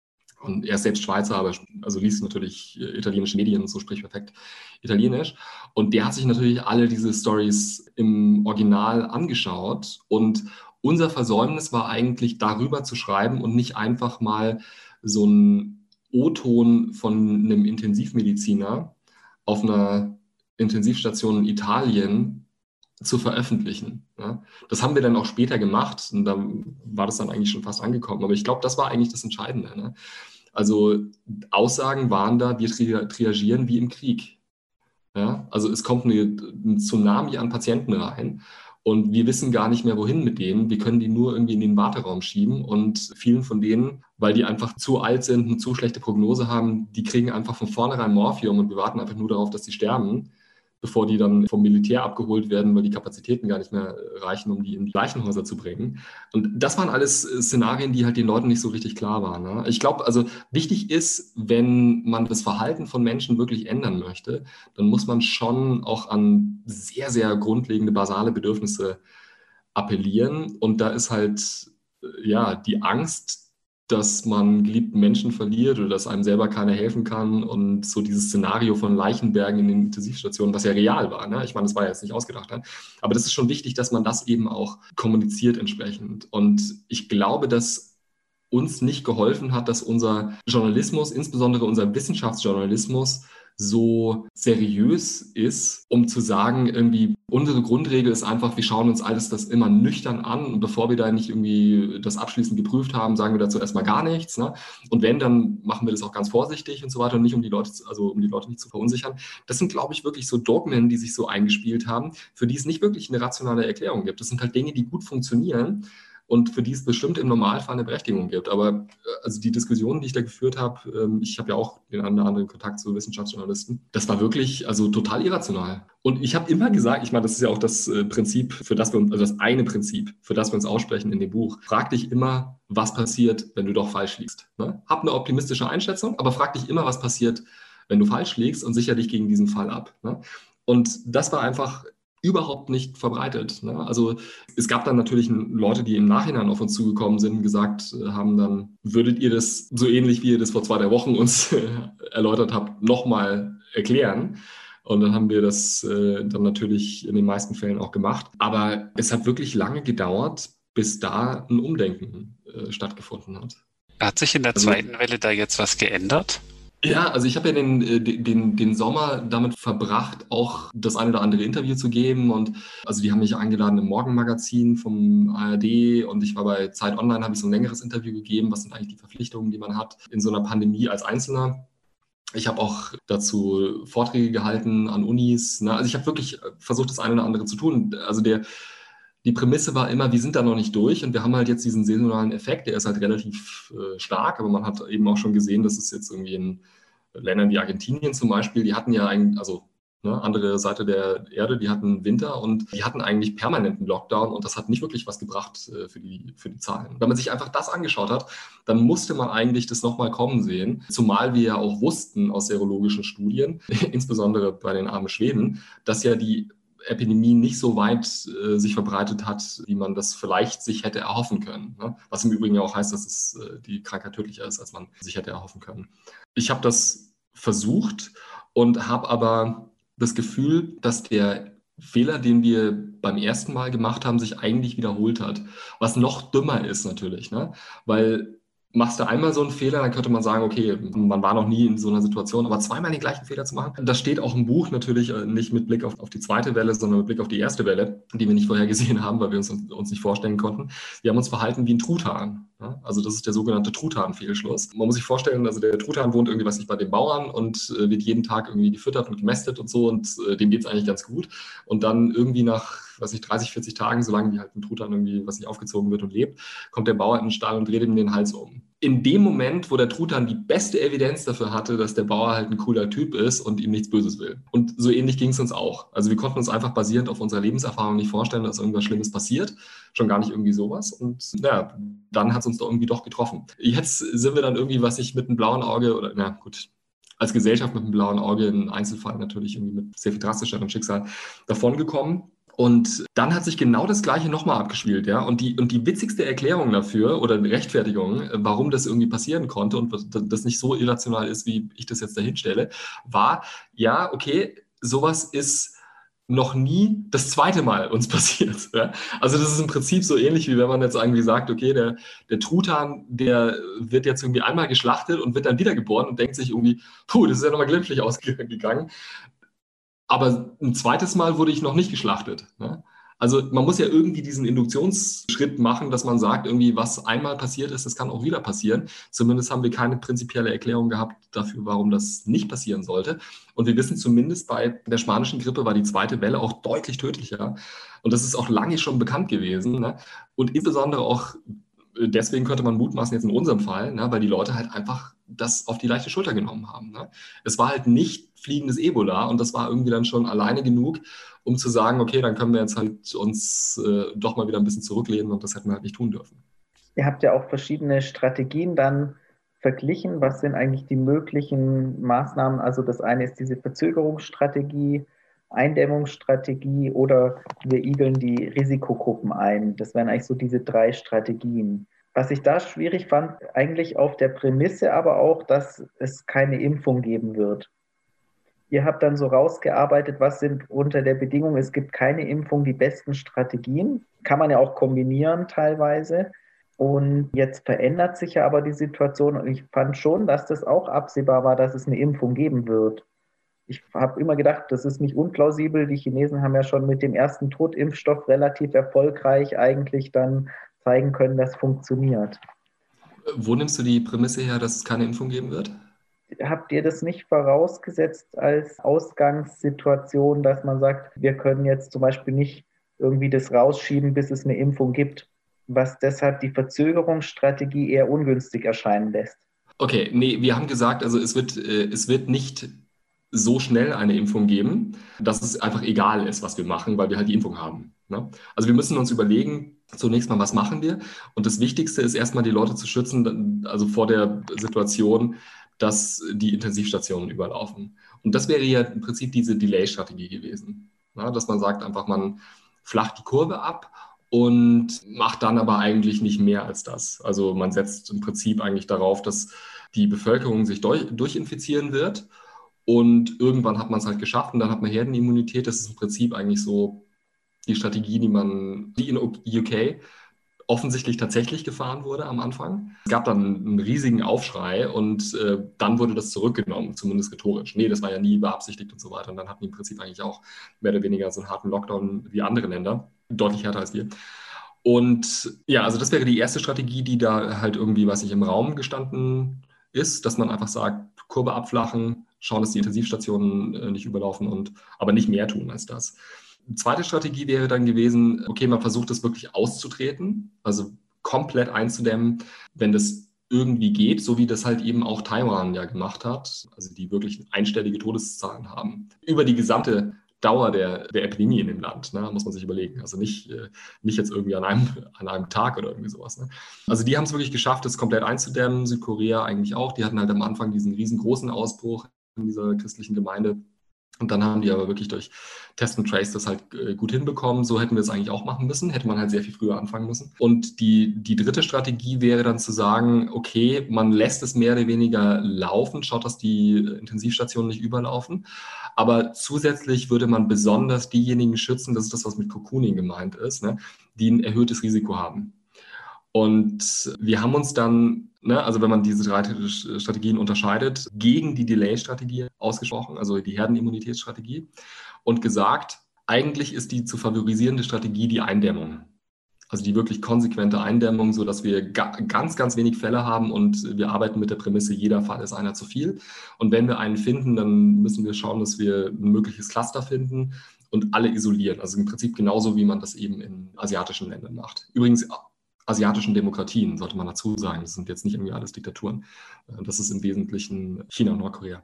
Und er ist selbst Schweizer, aber also liest natürlich italienische Medien und so, spricht perfekt Italienisch. Und der hat sich natürlich alle diese Stories im Original angeschaut. Und unser Versäumnis war eigentlich, darüber zu schreiben und nicht einfach mal so einen O-Ton von einem Intensivmediziner auf einer Intensivstation in Italien zu veröffentlichen. Ja. Das haben wir dann auch später gemacht und da war das dann eigentlich schon fast angekommen. Aber ich glaube, das war eigentlich das Entscheidende. Ne? Also Aussagen waren da, wir tri- triagieren wie im Krieg. Ja? Also es kommt eine, ein Tsunami an Patienten rein und wir wissen gar nicht mehr, wohin mit denen. Wir können die nur irgendwie in den Warteraum schieben und vielen von denen, weil die einfach zu alt sind, eine zu schlechte Prognose haben, die kriegen einfach von vornherein Morphium und wir warten einfach nur darauf, dass sie sterben, bevor die dann vom Militär abgeholt werden, weil die Kapazitäten gar nicht mehr reichen, um die in die Leichenhäuser zu bringen. Und das waren alles Szenarien, die halt den Leuten nicht so richtig klar waren. Ne? Ich glaube, also wichtig ist, wenn man das Verhalten von Menschen wirklich ändern möchte, dann muss man schon auch an sehr, sehr grundlegende, basale Bedürfnisse appellieren. Und da ist halt, ja, die Angst, dass man geliebten Menschen verliert oder dass einem selber keiner helfen kann und so dieses Szenario von Leichenbergen in den Intensivstationen, was ja real war. Ne? Ich meine, das war ja jetzt nicht ausgedacht. Ne? Aber das ist schon wichtig, dass man das eben auch kommuniziert entsprechend. Und ich glaube, dass uns nicht geholfen hat, dass unser Journalismus, insbesondere unser Wissenschaftsjournalismus, so seriös ist, um zu sagen, irgendwie, unsere Grundregel ist einfach, wir schauen uns alles das immer nüchtern an und bevor wir da nicht irgendwie das abschließend geprüft haben, sagen wir dazu erstmal gar nichts. Ne? Und wenn, dann machen wir das auch ganz vorsichtig und so weiter und nicht, um die Leute, also um die Leute nicht zu verunsichern. Das sind, glaube ich, wirklich so Dogmen, die sich so eingespielt haben, für die es nicht wirklich eine rationale Erklärung gibt. Das sind halt Dinge, die gut funktionieren und für die es bestimmt im Normalfall eine Berechtigung gibt. Aber also die Diskussionen, die ich da geführt habe, ich habe ja auch den einen oder anderen Kontakt zu Wissenschaftsjournalisten, das war wirklich also total irrational. Und ich habe immer gesagt, ich meine, das ist ja auch das Prinzip, für das wir uns, also das eine Prinzip, für das wir uns aussprechen in dem Buch. Frag dich immer, was passiert, wenn du doch falsch liegst. Ne? Hab eine optimistische Einschätzung, aber frag dich immer, was passiert, wenn du falsch liegst und sicher dich gegen diesen Fall ab. Ne? Und das war einfach überhaupt nicht verbreitet. Ne? Also es gab dann natürlich Leute, die im Nachhinein auf uns zugekommen sind und gesagt haben dann, würdet ihr das so ähnlich, wie ihr das vor zwei, drei Wochen uns erläutert habt, nochmal erklären? Und dann haben wir das äh, dann natürlich in den meisten Fällen auch gemacht. Aber es hat wirklich lange gedauert, bis da ein Umdenken äh, stattgefunden hat. Hat sich in der Also, zweiten Welle da jetzt was geändert? Ja, also ich habe ja den, den, den Sommer damit verbracht, auch das eine oder andere Interview zu geben. Und also die haben mich eingeladen im Morgenmagazin vom A R D und ich war bei Zeit Online, habe ich so ein längeres Interview gegeben. Was sind eigentlich die Verpflichtungen, die man hat in so einer Pandemie als Einzelner? Ich habe auch dazu Vorträge gehalten an Unis. Ne? Also ich habe wirklich versucht, das eine oder andere zu tun. Also der Die Prämisse war immer, wir sind da noch nicht durch und wir haben halt jetzt diesen saisonalen Effekt, der ist halt relativ äh, stark, aber man hat eben auch schon gesehen, dass es jetzt irgendwie in Ländern wie Argentinien zum Beispiel, die hatten ja eigentlich, also ne, andere Seite der Erde, die hatten Winter und die hatten eigentlich permanenten Lockdown und das hat nicht wirklich was gebracht äh, für die, für die Zahlen. Wenn man sich einfach das angeschaut hat, dann musste man eigentlich das nochmal kommen sehen, zumal wir ja auch wussten aus serologischen Studien, insbesondere bei den armen Schweden, dass ja die Epidemie nicht so weit äh, sich verbreitet hat, wie man das vielleicht sich hätte erhoffen können. Ne? Was im Übrigen ja auch heißt, dass es, äh, die Krankheit tödlicher ist, als man sich hätte erhoffen können. Ich habe das versucht und habe aber das Gefühl, dass der Fehler, den wir beim ersten Mal gemacht haben, sich eigentlich wiederholt hat. Was noch dümmer ist natürlich, ne? Weil Machst du einmal so einen Fehler, dann könnte man sagen, okay, man war noch nie in so einer Situation, aber zweimal den gleichen Fehler zu machen, das steht auch im Buch natürlich nicht mit Blick auf, auf die zweite Welle, sondern mit Blick auf die erste Welle, die wir nicht vorher gesehen haben, weil wir uns, uns nicht vorstellen konnten. Wir haben uns verhalten wie ein Truthahn. Ja? Also das ist der sogenannte Truthahn-Fehlschluss. Man muss sich vorstellen, also der Truthahn wohnt irgendwie, was nicht, bei den Bauern und äh, wird jeden Tag irgendwie gefüttert und gemästet und so und äh, dem geht es eigentlich ganz gut. Und dann irgendwie nach, was nicht, dreißig, vierzig Tagen, solange die halt ein Truthahn irgendwie, was nicht, aufgezogen wird und lebt, kommt der Bauer in den Stall und dreht ihm den Hals um. In dem Moment, wo der Truthahn die beste Evidenz dafür hatte, dass der Bauer halt ein cooler Typ ist und ihm nichts Böses will. Und so ähnlich ging es uns auch. Also wir konnten uns einfach basierend auf unserer Lebenserfahrung nicht vorstellen, dass irgendwas Schlimmes passiert. Schon gar nicht irgendwie sowas. Und ja, dann hat es uns doch irgendwie doch getroffen. Jetzt sind wir dann irgendwie, was ich mit einem blauen Auge oder, na gut, als Gesellschaft mit einem blauen Auge, im Einzelfall natürlich irgendwie mit sehr viel drastischeren Schicksal davongekommen. Und dann hat sich genau das Gleiche nochmal abgespielt, ja. Und die, und die witzigste Erklärung dafür oder Rechtfertigung, warum das irgendwie passieren konnte und das nicht so irrational ist, wie ich das jetzt dahin stelle, war, ja, okay, sowas ist noch nie das zweite Mal uns passiert. Ja? Also das ist im Prinzip so ähnlich, wie wenn man jetzt irgendwie sagt, okay, der, der Truthahn, der wird jetzt irgendwie einmal geschlachtet und wird dann wiedergeboren und denkt sich irgendwie, puh, das ist ja nochmal glimpflich ausgegangen. Aber ein zweites Mal wurde ich noch nicht geschlachtet. Ne? Also man muss ja irgendwie diesen Induktionsschritt machen, dass man sagt, irgendwie was einmal passiert ist, das kann auch wieder passieren. Zumindest haben wir keine prinzipielle Erklärung gehabt dafür, warum das nicht passieren sollte. Und wir wissen zumindest, bei der spanischen Grippe war die zweite Welle auch deutlich tödlicher. Und das ist auch lange schon bekannt gewesen. Ne? Und insbesondere auch deswegen könnte man mutmaßen jetzt in unserem Fall, ne, weil die Leute halt einfach das auf die leichte Schulter genommen haben. Ne? Es war halt nicht fliegendes Ebola und das war irgendwie dann schon alleine genug, um zu sagen, okay, dann können wir jetzt halt uns äh, doch mal wieder ein bisschen zurücklehnen und das hätten wir halt nicht tun dürfen. Ihr habt ja auch verschiedene Strategien dann verglichen. Was sind eigentlich die möglichen Maßnahmen? Also das eine ist diese Verzögerungsstrategie, Eindämmungsstrategie oder wir igeln die Risikogruppen ein. Das wären eigentlich so diese drei Strategien. Was ich da schwierig fand, eigentlich auf der Prämisse aber auch, dass es keine Impfung geben wird. Ihr habt dann so rausgearbeitet, was sind unter der Bedingung, es gibt keine Impfung, die besten Strategien. Kann man ja auch kombinieren teilweise. Und jetzt verändert sich ja aber die Situation und ich fand schon, dass das auch absehbar war, dass es eine Impfung geben wird. Ich habe immer gedacht, das ist nicht unplausibel. Die Chinesen haben ja schon mit dem ersten Totimpfstoff relativ erfolgreich eigentlich dann zeigen können, dass es funktioniert. Wo nimmst du die Prämisse her, dass es keine Impfung geben wird? Habt ihr das nicht vorausgesetzt als Ausgangssituation, dass man sagt, wir können jetzt zum Beispiel nicht irgendwie das rausschieben, bis es eine Impfung gibt, was deshalb die Verzögerungsstrategie eher ungünstig erscheinen lässt? Okay, nee, wir haben gesagt, also es wird, äh, es wird nicht so schnell eine Impfung geben, dass es einfach egal ist, was wir machen, weil wir halt die Impfung haben. Ne? Also wir müssen uns überlegen, zunächst mal, was machen wir? Und das Wichtigste ist erstmal, die Leute zu schützen, also vor der Situation, dass die Intensivstationen überlaufen. Und das wäre ja im Prinzip diese Delay-Strategie gewesen. Ne? Dass man sagt einfach, man flacht die Kurve ab und macht dann aber eigentlich nicht mehr als das. Also man setzt im Prinzip eigentlich darauf, dass die Bevölkerung sich durch, durchinfizieren wird. Und irgendwann hat man es halt geschafft und dann hat man Herdenimmunität. Das ist im Prinzip eigentlich so die Strategie, die man, die in U K offensichtlich tatsächlich gefahren wurde am Anfang. Es gab dann einen riesigen Aufschrei und äh, dann wurde das zurückgenommen, zumindest rhetorisch. Nee, das war ja nie beabsichtigt und so weiter. Und dann hatten die im Prinzip eigentlich auch mehr oder weniger so einen harten Lockdown wie andere Länder. Deutlich härter als wir. Und ja, also das wäre die erste Strategie, die da halt irgendwie, was ich im Raum gestanden ist, dass man einfach sagt, Kurve abflachen, schauen, dass die Intensivstationen äh, nicht überlaufen und aber nicht mehr tun als das. Die zweite Strategie wäre dann gewesen, okay, man versucht das wirklich auszutreten, also komplett einzudämmen, wenn das irgendwie geht, so wie das halt eben auch Taiwan ja gemacht hat, also die wirklich einstellige Todeszahlen haben. Über die gesamte Dauer der, der Epidemie in dem Land, ne, muss man sich überlegen. Also nicht, äh, nicht jetzt irgendwie an einem, an einem Tag oder irgendwie sowas. Ne. Also die haben es wirklich geschafft, das komplett einzudämmen. Südkorea eigentlich auch. Die hatten halt am Anfang diesen riesengroßen Ausbruch in dieser christlichen Gemeinde. Und dann haben die aber wirklich durch Test and Trace das halt äh, gut hinbekommen. So hätten wir es eigentlich auch machen müssen. Hätte man halt sehr viel früher anfangen müssen. Und die, die dritte Strategie wäre dann zu sagen, okay, man lässt es mehr oder weniger laufen, schaut, dass die Intensivstationen nicht überlaufen. Aber zusätzlich würde man besonders diejenigen schützen, das ist das, was mit Cocooning gemeint ist, ne, die ein erhöhtes Risiko haben. Und wir haben uns dann Ne? Also wenn man diese drei Strategien unterscheidet, gegen die Delay-Strategie ausgesprochen, also die Herdenimmunitätsstrategie, und gesagt, eigentlich ist die zu favorisierende Strategie die Eindämmung. Also die wirklich konsequente Eindämmung, sodass wir ga, ganz, ganz wenig Fälle haben und wir arbeiten mit der Prämisse, jeder Fall ist einer zu viel. Und wenn wir einen finden, dann müssen wir schauen, dass wir ein mögliches Cluster finden und alle isolieren. Also im Prinzip genauso, wie man das eben in asiatischen Ländern macht. Übrigens, asiatischen Demokratien, sollte man dazu sagen. Das sind jetzt nicht irgendwie alles Diktaturen. Das ist im Wesentlichen China und Nordkorea.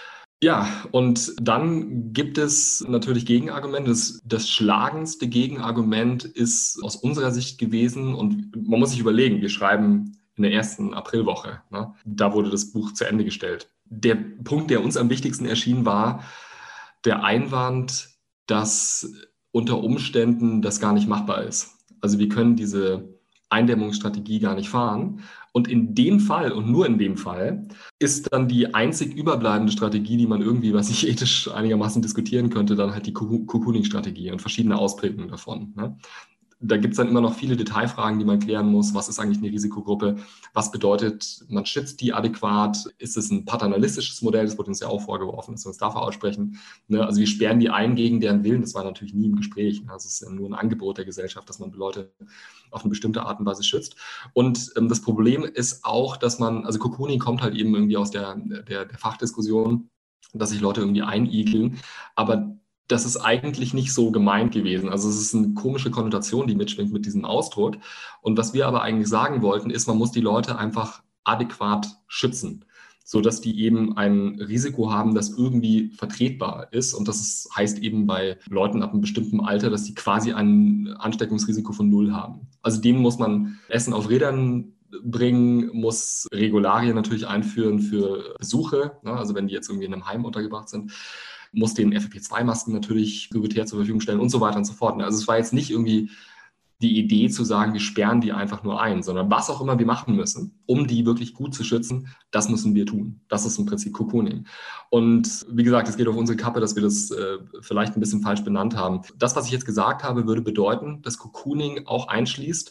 Ja, und dann gibt es natürlich Gegenargumente. Das, das schlagendste Gegenargument ist aus unserer Sicht gewesen, und man muss sich überlegen, wir schreiben in der ersten Aprilwoche, ne? Da wurde das Buch zu Ende gestellt. Der Punkt, der uns am wichtigsten erschien, war der Einwand, dass unter Umständen das gar nicht machbar ist. Also wir können diese Eindämmungsstrategie gar nicht fahren. Und in dem Fall und nur in dem Fall ist dann die einzig überbleibende Strategie, die man irgendwie, was ich ethisch einigermaßen diskutieren könnte, dann halt die Cocooning-Strategie und verschiedene Ausprägungen davon. Ne? Da gibt es dann immer noch viele Detailfragen, die man klären muss. Was ist eigentlich eine Risikogruppe? Was bedeutet, man schützt die adäquat? Ist es ein paternalistisches Modell? Das wurde uns ja auch vorgeworfen, dass wir uns dafür aussprechen. Ne? Also wir sperren die ein gegen deren Willen. Das war natürlich nie im Gespräch. Ne? Das ist ja nur ein Angebot der Gesellschaft, dass man Leute auf eine bestimmte Art und Weise schützt. Und ähm, das Problem ist auch, dass man, also Cocooning kommt halt eben irgendwie aus der, der, der Fachdiskussion, dass sich Leute irgendwie einigeln. Aber das ist eigentlich nicht so gemeint gewesen. Also es ist eine komische Konnotation, die mitschwingt mit diesem Ausdruck. Und was wir aber eigentlich sagen wollten, ist, man muss die Leute einfach adäquat schützen, sodass die eben ein Risiko haben, das irgendwie vertretbar ist. Und das ist, heißt eben bei Leuten ab einem bestimmten Alter, dass die quasi ein Ansteckungsrisiko von null haben. Also denen muss man Essen auf Rädern bringen, muss Regularien natürlich einführen für Besuche. Ne? Also wenn die jetzt irgendwie in einem Heim untergebracht sind, muss den F F P zwei Masken natürlich prioritär zur Verfügung stellen und so weiter und so fort. Also es war jetzt nicht irgendwie die Idee zu sagen, wir sperren die einfach nur ein, sondern was auch immer wir machen müssen, um die wirklich gut zu schützen, das müssen wir tun. Das ist im Prinzip Cocooning. Und wie gesagt, es geht auf unsere Kappe, dass wir das äh, vielleicht ein bisschen falsch benannt haben. Das, was ich jetzt gesagt habe, würde bedeuten, dass Cocooning auch einschließt,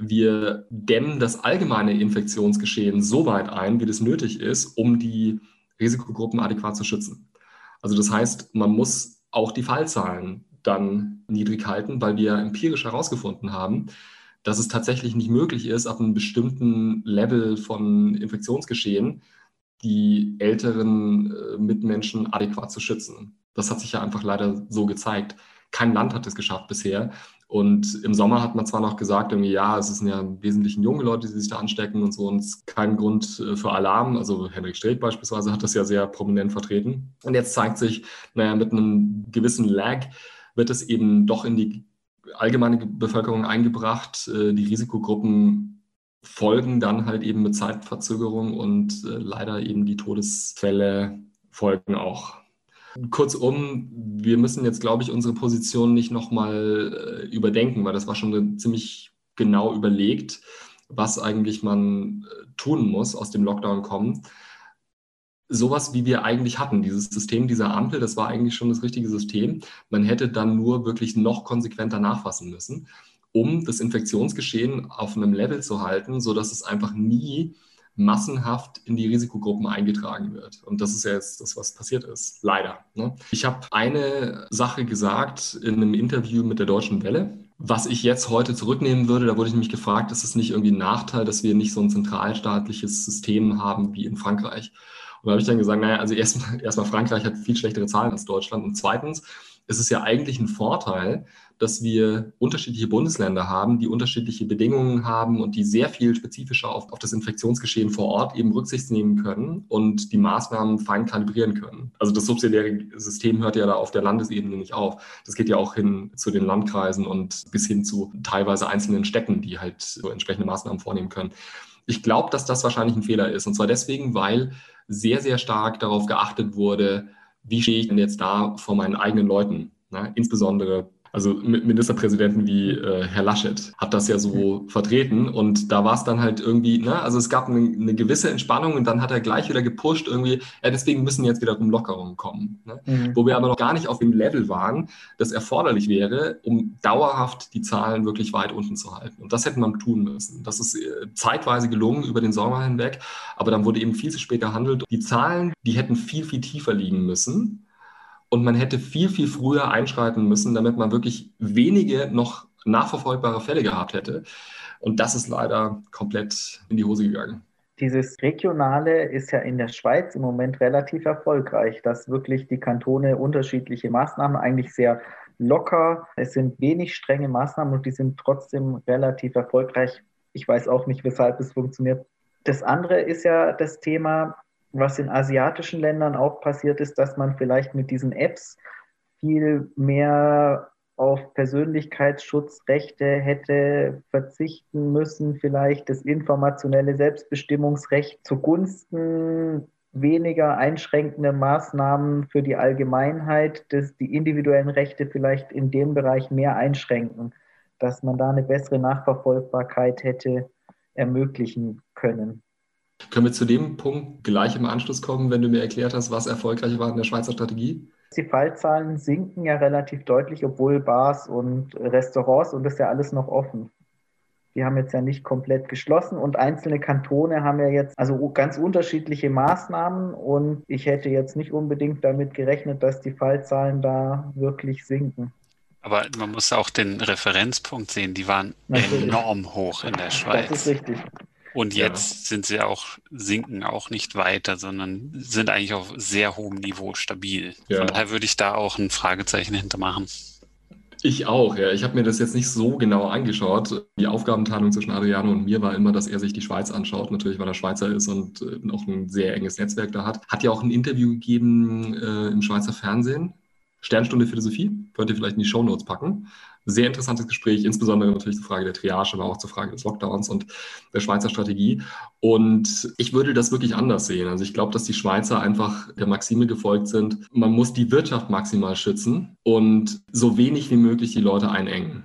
wir dämmen das allgemeine Infektionsgeschehen so weit ein, wie das nötig ist, um die Risikogruppen adäquat zu schützen. Also das heißt, man muss auch die Fallzahlen dann niedrig halten, weil wir empirisch herausgefunden haben, dass es tatsächlich nicht möglich ist, ab einem bestimmten Level von Infektionsgeschehen die älteren äh, Mitmenschen adäquat zu schützen. Das hat sich ja einfach leider so gezeigt. Kein Land hat es geschafft bisher. Und im Sommer hat man zwar noch gesagt, irgendwie, ja, es sind ja im Wesentlichen junge Leute, die sich da anstecken und so, und es ist kein Grund für Alarm. Also Henrik Streeck beispielsweise hat das ja sehr prominent vertreten. Und jetzt zeigt sich, naja, mit einem gewissen Lag wird es eben doch in die allgemeine Bevölkerung eingebracht. Die Risikogruppen folgen dann halt eben mit Zeitverzögerung und leider eben die Todesfälle folgen auch. Kurzum, wir müssen jetzt, glaube ich, unsere Position nicht nochmal äh, überdenken, weil das war schon ziemlich genau überlegt, was eigentlich man äh, tun muss, aus dem Lockdown kommen. Sowas, wie wir eigentlich hatten, dieses System dieser Ampel, das war eigentlich schon das richtige System. Man hätte dann nur wirklich noch konsequenter nachfassen müssen, um das Infektionsgeschehen auf einem Level zu halten, sodass es einfach nie massenhaft in die Risikogruppen eingetragen wird. Und das ist ja jetzt das, was passiert ist. Leider. Ne? Ich habe eine Sache gesagt in einem Interview mit der Deutschen Welle, was ich jetzt heute zurücknehmen würde. Da wurde ich nämlich gefragt, ist es nicht irgendwie ein Nachteil, dass wir nicht so ein zentralstaatliches System haben wie in Frankreich? Und da habe ich dann gesagt, naja, also erstmal erstmal Frankreich hat viel schlechtere Zahlen als Deutschland. Und zweitens ist es ja eigentlich ein Vorteil, dass wir unterschiedliche Bundesländer haben, die unterschiedliche Bedingungen haben und die sehr viel spezifischer auf, auf das Infektionsgeschehen vor Ort eben Rücksicht nehmen können und die Maßnahmen fein kalibrieren können. Also das subsidiäre System hört ja da auf der Landesebene nicht auf. Das geht ja auch hin zu den Landkreisen und bis hin zu teilweise einzelnen Städten, die halt so entsprechende Maßnahmen vornehmen können. Ich glaube, dass das wahrscheinlich ein Fehler ist. Und zwar deswegen, weil sehr, sehr stark darauf geachtet wurde, wie stehe ich denn jetzt da vor meinen eigenen Leuten? Ne? Insbesondere Also Ministerpräsidenten wie äh, Herr Laschet hat das ja so vertreten und da war es dann halt irgendwie, ne, also es gab eine, eine gewisse Entspannung und dann hat er gleich wieder gepusht irgendwie, ja, deswegen müssen jetzt wieder Lockerungen kommen. Ne? Mhm. Wo wir aber noch gar nicht auf dem Level waren, das erforderlich wäre, um dauerhaft die Zahlen wirklich weit unten zu halten. Und das hätte man tun müssen. Das ist äh, zeitweise gelungen über den Sommer hinweg, aber dann wurde eben viel zu spät gehandelt. Die Zahlen, die hätten viel, viel tiefer liegen müssen. Und man hätte viel, viel früher einschreiten müssen, damit man wirklich wenige noch nachverfolgbare Fälle gehabt hätte. Und das ist leider komplett in die Hose gegangen. Dieses Regionale ist ja in der Schweiz im Moment relativ erfolgreich, dass wirklich die Kantone unterschiedliche Maßnahmen eigentlich sehr locker, es sind wenig strenge Maßnahmen und die sind trotzdem relativ erfolgreich. Ich weiß auch nicht, weshalb es funktioniert. Das andere ist ja das Thema, was in asiatischen Ländern auch passiert ist, dass man vielleicht mit diesen Apps viel mehr auf Persönlichkeitsschutzrechte hätte verzichten müssen, vielleicht das informationelle Selbstbestimmungsrecht zugunsten weniger einschränkende Maßnahmen für die Allgemeinheit, dass die individuellen Rechte vielleicht in dem Bereich mehr einschränken, dass man da eine bessere Nachverfolgbarkeit hätte ermöglichen können. Können wir zu dem Punkt gleich im Anschluss kommen, wenn du mir erklärt hast, was erfolgreich war in der Schweizer Strategie? Die Fallzahlen sinken ja relativ deutlich, obwohl Bars und Restaurants und das ist ja alles noch offen. Die haben jetzt ja nicht komplett geschlossen und einzelne Kantone haben ja jetzt also ganz unterschiedliche Maßnahmen und ich hätte jetzt nicht unbedingt damit gerechnet, dass die Fallzahlen da wirklich sinken. Aber man muss auch den Referenzpunkt sehen, die waren Natürlich. enorm hoch in der Schweiz. Das ist richtig. Und jetzt ja. sind sie auch, sinken auch nicht weiter, sondern sind eigentlich auf sehr hohem Niveau stabil. Ja. Von daher würde ich da auch ein Fragezeichen hintermachen. Ich auch, ja. Ich habe mir das jetzt nicht so genau angeschaut. Die Aufgabenteilung zwischen Adriano und mir war immer, dass er sich die Schweiz anschaut, natürlich, weil er Schweizer ist und äh, auch ein sehr enges Netzwerk da hat. Hat ja auch ein Interview gegeben äh, im Schweizer Fernsehen. Sternstunde Philosophie, könnt ihr vielleicht in die Shownotes packen. Sehr interessantes Gespräch, insbesondere natürlich zur Frage der Triage, aber auch zur Frage des Lockdowns und der Schweizer Strategie. Und ich würde das wirklich anders sehen. Also ich glaube, dass die Schweizer einfach der Maxime gefolgt sind, man muss die Wirtschaft maximal schützen und so wenig wie möglich die Leute einengen.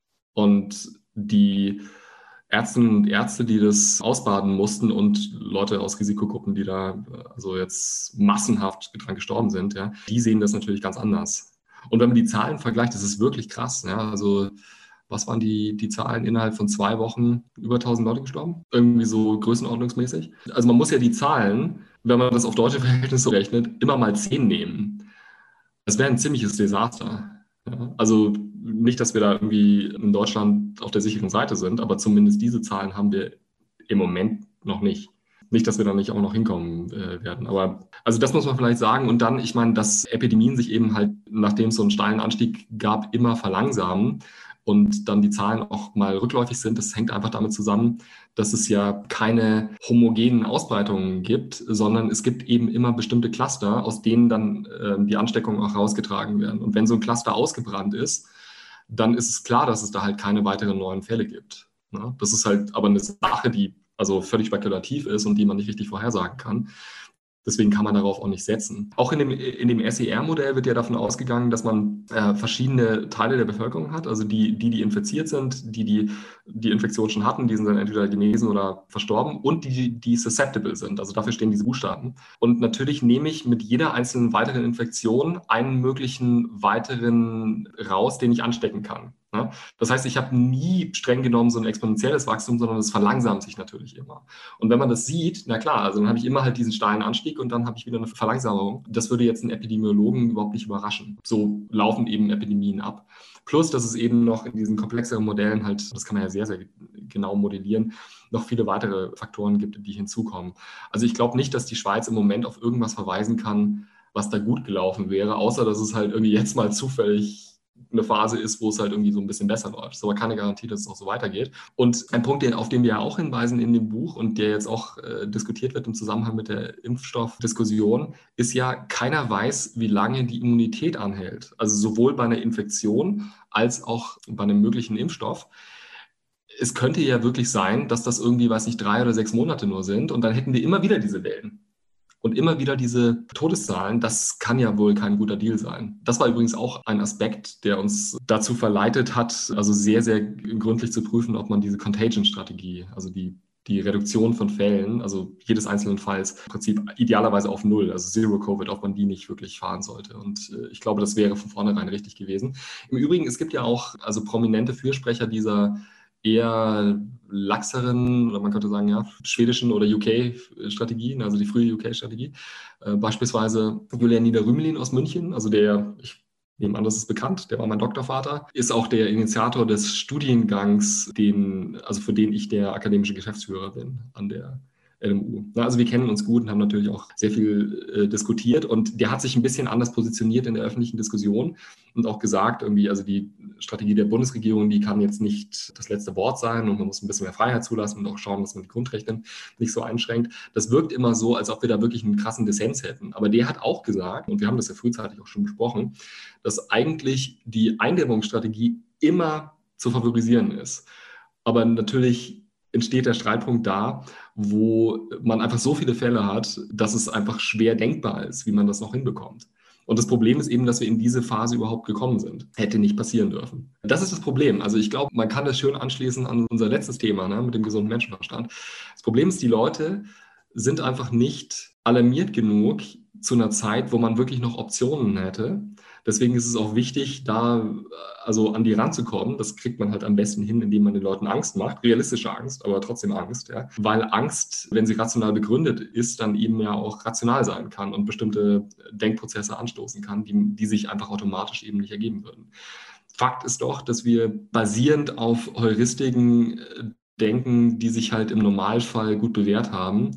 Und die Ärztinnen und Ärzte, die das ausbaden mussten und Leute aus Risikogruppen, die da also jetzt massenhaft dran gestorben sind, ja, die sehen das natürlich ganz anders. Und wenn man die Zahlen vergleicht, das ist wirklich krass. Ja, also was waren die, die Zahlen innerhalb von zwei Wochen? Über tausend Leute gestorben? Irgendwie so größenordnungsmäßig. Also man muss ja die Zahlen, wenn man das auf deutsche Verhältnisse rechnet, immer mal zehn nehmen. Das wäre ein ziemliches Desaster. Ja, also nicht, dass wir da irgendwie in Deutschland auf der sicheren Seite sind, aber zumindest diese Zahlen haben wir im Moment noch nicht. Nicht, dass wir da nicht auch noch hinkommen äh, werden. Aber also das muss man vielleicht sagen. Und dann, ich meine, dass Epidemien sich eben halt, nachdem es so einen steilen Anstieg gab, immer verlangsamen und dann die Zahlen auch mal rückläufig sind, das hängt einfach damit zusammen, dass es ja keine homogenen Ausbreitungen gibt, sondern es gibt eben immer bestimmte Cluster, aus denen dann äh, die Ansteckungen auch rausgetragen werden. Und wenn so ein Cluster ausgebrannt ist, dann ist es klar, dass es da halt keine weiteren neuen Fälle gibt. Ja, das ist halt aber eine Sache, die also völlig spekulativ ist und die man nicht richtig vorhersagen kann. Deswegen kann man darauf auch nicht setzen. Auch in dem, in dem S E R-Modell wird ja davon ausgegangen, dass man äh, verschiedene Teile der Bevölkerung hat. Also die, die, die infiziert sind, die, die die Infektion schon hatten, die sind dann entweder genesen oder verstorben und die, die susceptible sind. Also dafür stehen diese Buchstaben. Und natürlich nehme ich mit jeder einzelnen weiteren Infektion einen möglichen weiteren raus, den ich anstecken kann. Ja? Das heißt, ich habe nie streng genommen so ein exponentielles Wachstum, sondern es verlangsamt sich natürlich immer. Und wenn man das sieht, na klar, also dann habe ich immer halt diesen steilen Anstieg und dann habe ich wieder eine Verlangsamung. Das würde jetzt einen Epidemiologen überhaupt nicht überraschen. So laufen eben Epidemien ab. Plus, dass es eben noch in diesen komplexeren Modellen halt, das kann man ja sehr, sehr genau modellieren, noch viele weitere Faktoren gibt, die hinzukommen. Also ich glaube nicht, dass die Schweiz im Moment auf irgendwas verweisen kann, was da gut gelaufen wäre, außer dass es halt irgendwie jetzt mal zufällig eine Phase ist, wo es halt irgendwie so ein bisschen besser läuft. Das ist aber keine Garantie, dass es auch so weitergeht. Und ein Punkt, auf den wir ja auch hinweisen in dem Buch und der jetzt auch äh, diskutiert wird im Zusammenhang mit der Impfstoffdiskussion, ist ja, keiner weiß, wie lange die Immunität anhält. Also sowohl bei einer Infektion als auch bei einem möglichen Impfstoff. Es könnte ja wirklich sein, dass das irgendwie, weiß nicht, drei oder sechs Monate nur sind und dann hätten wir immer wieder diese Wellen. Und immer wieder diese Todeszahlen, das kann ja wohl kein guter Deal sein. Das war übrigens auch ein Aspekt, der uns dazu verleitet hat, also sehr, sehr gründlich zu prüfen, ob man diese Contagion-Strategie, also die die Reduktion von Fällen, also jedes einzelnen Falls, im Prinzip idealerweise auf Null, also Zero Covid, ob man die nicht wirklich fahren sollte. Und äh, ich glaube, das wäre von vornherein richtig gewesen. Im Übrigen, es gibt ja auch also prominente Fürsprecher dieser eher laxeren, oder man könnte sagen, ja, schwedischen oder U K-Strategien, also die frühe U K-Strategie. Äh, beispielsweise Julian Niederrümelin aus München, also der, ich nehme an, das ist bekannt, der war mein Doktorvater, ist auch der Initiator des Studiengangs, den, also für den ich der akademische Geschäftsführer bin an der L M U. Na, also wir kennen uns gut und haben natürlich auch sehr viel äh, diskutiert und der hat sich ein bisschen anders positioniert in der öffentlichen Diskussion und auch gesagt, irgendwie, also die Strategie der Bundesregierung, die kann jetzt nicht das letzte Wort sein und man muss ein bisschen mehr Freiheit zulassen und auch schauen, dass man die Grundrechte nicht so einschränkt. Das wirkt immer so, als ob wir da wirklich einen krassen Dissens hätten. Aber der hat auch gesagt, und wir haben das ja frühzeitig auch schon besprochen, dass eigentlich die Eindämmungsstrategie immer zu favorisieren ist. Aber natürlich entsteht der Streitpunkt da, wo man einfach so viele Fälle hat, dass es einfach schwer denkbar ist, wie man das noch hinbekommt. Und das Problem ist eben, dass wir in diese Phase überhaupt gekommen sind. Hätte nicht passieren dürfen. Das ist das Problem. Also ich glaube, man kann das schön anschließen an unser letztes Thema, ne, mit dem gesunden Menschenverstand. Das Problem ist, die Leute sind einfach nicht alarmiert genug zu einer Zeit, wo man wirklich noch Optionen hätte. Deswegen ist es auch wichtig, da also an die ranzukommen. Das kriegt man halt am besten hin, indem man den Leuten Angst macht. Realistische Angst, aber trotzdem Angst. Ja. Weil Angst, wenn sie rational begründet ist, dann eben ja auch rational sein kann und bestimmte Denkprozesse anstoßen kann, die, die sich einfach automatisch eben nicht ergeben würden. Fakt ist doch, dass wir basierend auf Heuristiken denken, die sich halt im Normalfall gut bewährt haben,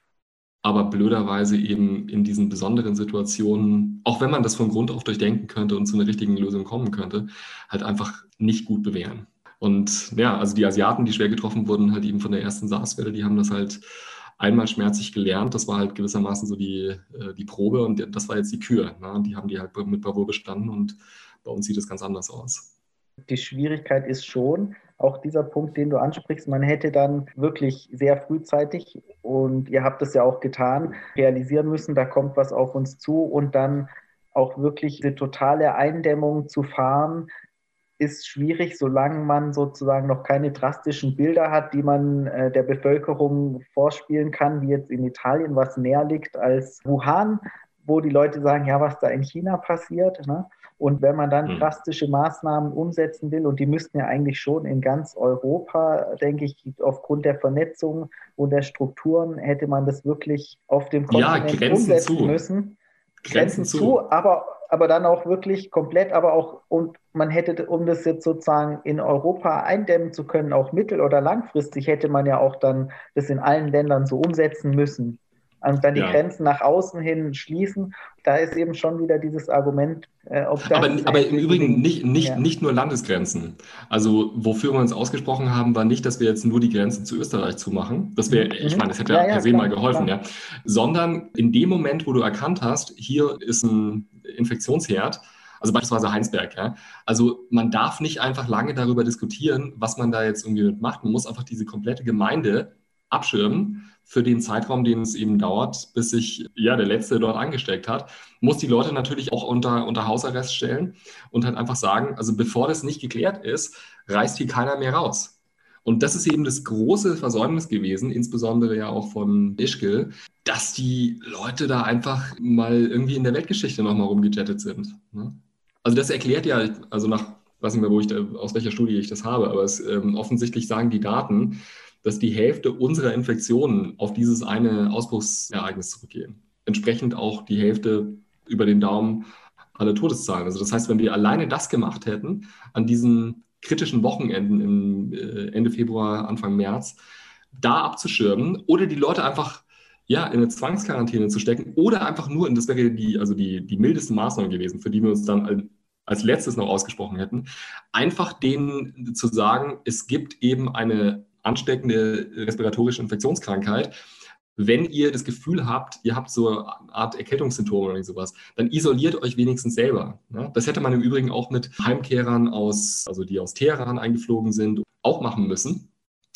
aber blöderweise eben in diesen besonderen Situationen, auch wenn man das von Grund auf durchdenken könnte und zu einer richtigen Lösung kommen könnte, halt einfach nicht gut bewähren. Und ja, also die Asiaten, die schwer getroffen wurden, halt eben von der ersten SARS-Welle, die haben das halt einmal schmerzlich gelernt. Das war halt gewissermaßen so die, die Probe und das war jetzt die Kür. Ne? Die haben die halt mit Bravour bestanden und bei uns sieht es ganz anders aus. Die Schwierigkeit ist schon, auch dieser Punkt, den du ansprichst, man hätte dann wirklich sehr frühzeitig, und ihr habt es ja auch getan, realisieren müssen, da kommt was auf uns zu und dann auch wirklich eine totale Eindämmung zu fahren, ist schwierig, solange man sozusagen noch keine drastischen Bilder hat, die man äh, der Bevölkerung vorspielen kann, wie jetzt in Italien, was näher liegt als Wuhan, wo die Leute sagen, ja, was da in China passiert, ne? Und wenn man dann drastische Maßnahmen umsetzen will, und die müssten ja eigentlich schon in ganz Europa, denke ich, aufgrund der Vernetzung und der Strukturen, hätte man das wirklich auf dem Kontinent ja, umsetzen zu. müssen. Grenzen, Grenzen zu, zu aber, aber dann auch wirklich komplett, aber auch, und man hätte, um das jetzt sozusagen in Europa eindämmen zu können, auch mittel- oder langfristig, hätte man ja auch dann das in allen Ländern so umsetzen müssen. Und dann die ja. Grenzen nach außen hin schließen. Da ist eben schon wieder dieses Argument, äh, ob das... Aber, aber im Übrigen nicht, nicht, ja. nicht nur Landesgrenzen. Also wofür wir uns ausgesprochen haben, war nicht, dass wir jetzt nur die Grenzen zu Österreich zumachen. Das wäre, mhm. ich meine, das hätte ja, ja per se klar, mal geholfen, klar. ja. Sondern in dem Moment, wo du erkannt hast, hier ist ein Infektionsherd, also beispielsweise Heinsberg, ja. Also man darf nicht einfach lange darüber diskutieren, was man da jetzt irgendwie macht. Man muss einfach diese komplette Gemeinde abschirmen für den Zeitraum, den es eben dauert, bis sich ja der Letzte dort angesteckt hat, muss die Leute natürlich auch unter, unter Hausarrest stellen und halt einfach sagen, also bevor das nicht geklärt ist, reißt hier keiner mehr raus. Und das ist eben das große Versäumnis gewesen, insbesondere ja auch von Ischgl, dass die Leute da einfach mal irgendwie in der Weltgeschichte nochmal rumgejettet sind. Also das erklärt ja, also nach, ich weiß nicht mehr, wo ich da, aus welcher Studie ich das habe, aber es ähm, offensichtlich sagen die Daten, dass die Hälfte unserer Infektionen auf dieses eine Ausbruchsereignis zurückgehen. Entsprechend auch die Hälfte über den Daumen aller Todeszahlen. Also das heißt, wenn wir alleine das gemacht hätten, an diesen kritischen Wochenenden im Ende Februar, Anfang März, da abzuschirmen oder die Leute einfach ja, in eine Zwangsquarantäne zu stecken oder einfach nur, und das wäre die, also die, die mildesten Maßnahmen gewesen, für die wir uns dann als letztes noch ausgesprochen hätten, einfach denen zu sagen, es gibt eben eine ansteckende respiratorische Infektionskrankheit. Wenn ihr das Gefühl habt, ihr habt so eine Art Erkältungssymptome oder sowas, dann isoliert euch wenigstens selber. Das hätte man im Übrigen auch mit Heimkehrern aus, also die aus Teheran eingeflogen sind, auch machen müssen.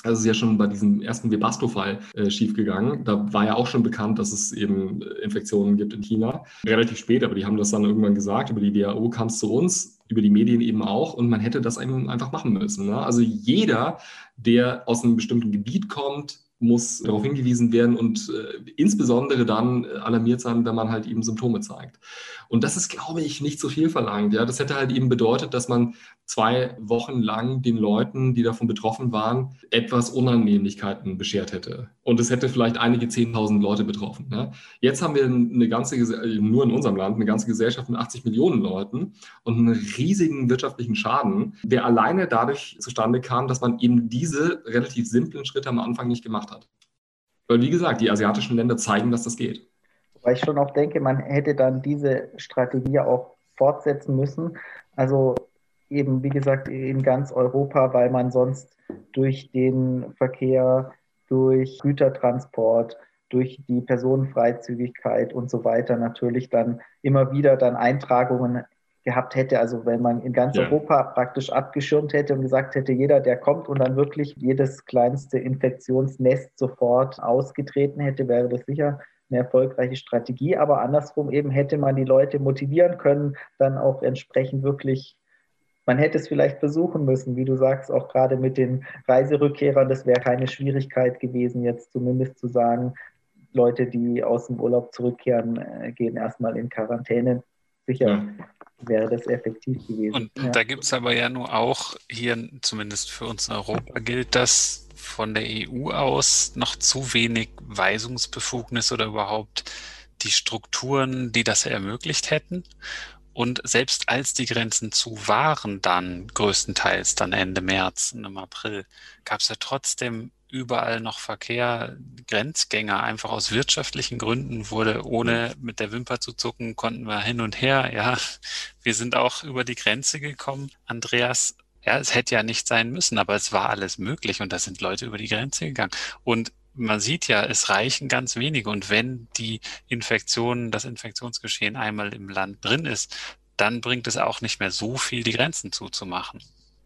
Also es ist ja schon bei diesem ersten Webasto-Fall äh, schiefgegangen. Da war ja auch schon bekannt, dass es eben Infektionen gibt in China. Relativ spät, aber die haben das dann irgendwann gesagt. Über die W H O kam es zu uns, über die Medien eben auch. Und man hätte das eben einfach machen müssen. Ne? Also jeder, der aus einem bestimmten Gebiet kommt, muss darauf hingewiesen werden und äh, insbesondere dann äh, alarmiert sein, wenn man halt eben Symptome zeigt. Und das ist, glaube ich, nicht so viel verlangt. Ja? Das hätte halt eben bedeutet, dass man zwei Wochen lang den Leuten, die davon betroffen waren, etwas Unannehmlichkeiten beschert hätte. Und es hätte vielleicht einige zehntausend Leute betroffen. Ja? Jetzt haben wir eine ganze, nur in unserem Land, eine ganze Gesellschaft mit achtzig Millionen Leuten und einen riesigen wirtschaftlichen Schaden, der alleine dadurch zustande kam, dass man eben diese relativ simplen Schritte am Anfang nicht gemacht hat. Weil, wie gesagt, die asiatischen Länder zeigen, dass das geht. Weil ich schon auch denke, man hätte dann diese Strategie auch fortsetzen müssen. Also eben, wie gesagt, in ganz Europa, weil man sonst durch den Verkehr, durch Gütertransport, durch die Personenfreizügigkeit und so weiter natürlich dann immer wieder dann Eintragungen gehabt hätte. Also wenn man in ganz ja. Europa praktisch abgeschirmt hätte und gesagt hätte, jeder, der kommt und dann wirklich jedes kleinste Infektionsnest sofort ausgetreten hätte, wäre das sicher eine erfolgreiche Strategie. Aber andersrum eben hätte man die Leute motivieren können, dann auch entsprechend wirklich, man hätte es vielleicht versuchen müssen, wie du sagst, auch gerade mit den Reiserückkehrern, das wäre keine Schwierigkeit gewesen, jetzt zumindest zu sagen, Leute, die aus dem Urlaub zurückkehren, gehen erstmal in Quarantäne. Sicher. Ja. Wäre das effektiv gewesen. Und ja. Da gibt es aber ja nur auch hier, zumindest für uns in Europa, gilt das von der E U aus noch zu wenig Weisungsbefugnis oder überhaupt die Strukturen, die das ermöglicht hätten. Und selbst als die Grenzen zu waren, dann größtenteils, dann Ende März und im April, gab es ja trotzdem überall noch Verkehr, Grenzgänger, einfach aus wirtschaftlichen Gründen wurde, ohne mit der Wimper zu zucken, konnten wir hin und her. Ja, wir sind auch über die Grenze gekommen. Andreas, ja, es hätte ja nicht sein müssen, aber es war alles möglich und da sind Leute über die Grenze gegangen. Und man sieht ja, es reichen ganz wenige. Und wenn die Infektion, das Infektionsgeschehen einmal im Land drin ist, dann bringt es auch nicht mehr so viel, die Grenzen zuzumachen.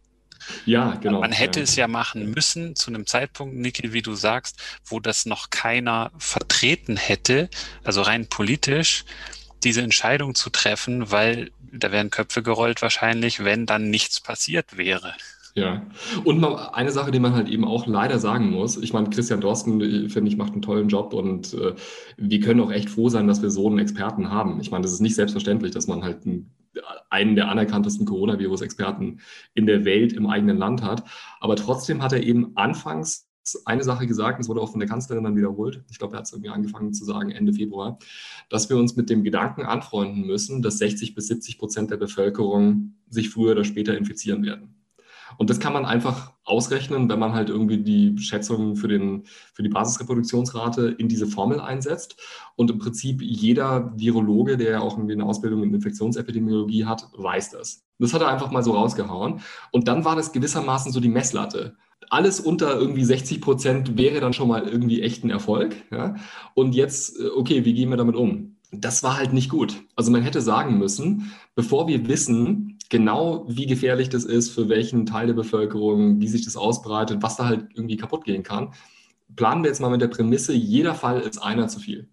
Ja, genau. Man hätte ja. es ja machen müssen zu einem Zeitpunkt, Niki, wie du sagst, wo das noch keiner vertreten hätte, also rein politisch, diese Entscheidung zu treffen, weil da wären Köpfe gerollt wahrscheinlich, wenn dann nichts passiert wäre. Ja, und mal eine Sache, die man halt eben auch leider sagen muss, ich meine, Christian Drosten, finde ich, macht einen tollen Job und äh, wir können auch echt froh sein, dass wir so einen Experten haben. Ich meine, das ist nicht selbstverständlich, dass man halt einen, einen der anerkanntesten Coronavirus-Experten in der Welt im eigenen Land hat, aber trotzdem hat er eben anfangs eine Sache gesagt, das wurde auch von der Kanzlerin dann wiederholt, ich glaube, er hat es irgendwie angefangen zu sagen, Ende Februar, dass wir uns mit dem Gedanken anfreunden müssen, dass sechzig bis siebzig Prozent der Bevölkerung sich früher oder später infizieren werden. Und das kann man einfach ausrechnen, wenn man halt irgendwie die Schätzungen für, den, für die Basisreproduktionsrate in diese Formel einsetzt. Und im Prinzip jeder Virologe, der auch irgendwie eine Ausbildung in Infektionsepidemiologie hat, weiß das. Das hat er einfach mal so rausgehauen. Und dann war das gewissermaßen so die Messlatte. Alles unter irgendwie sechzig Prozent wäre dann schon mal irgendwie echt ein Erfolg. Ja? Und jetzt, okay, wie gehen wir damit um? Das war halt nicht gut. Also man hätte sagen müssen, bevor wir wissen, genau wie gefährlich das ist, für welchen Teil der Bevölkerung, wie sich das ausbreitet, was da halt irgendwie kaputt gehen kann, planen wir jetzt mal mit der Prämisse, jeder Fall ist einer zu viel.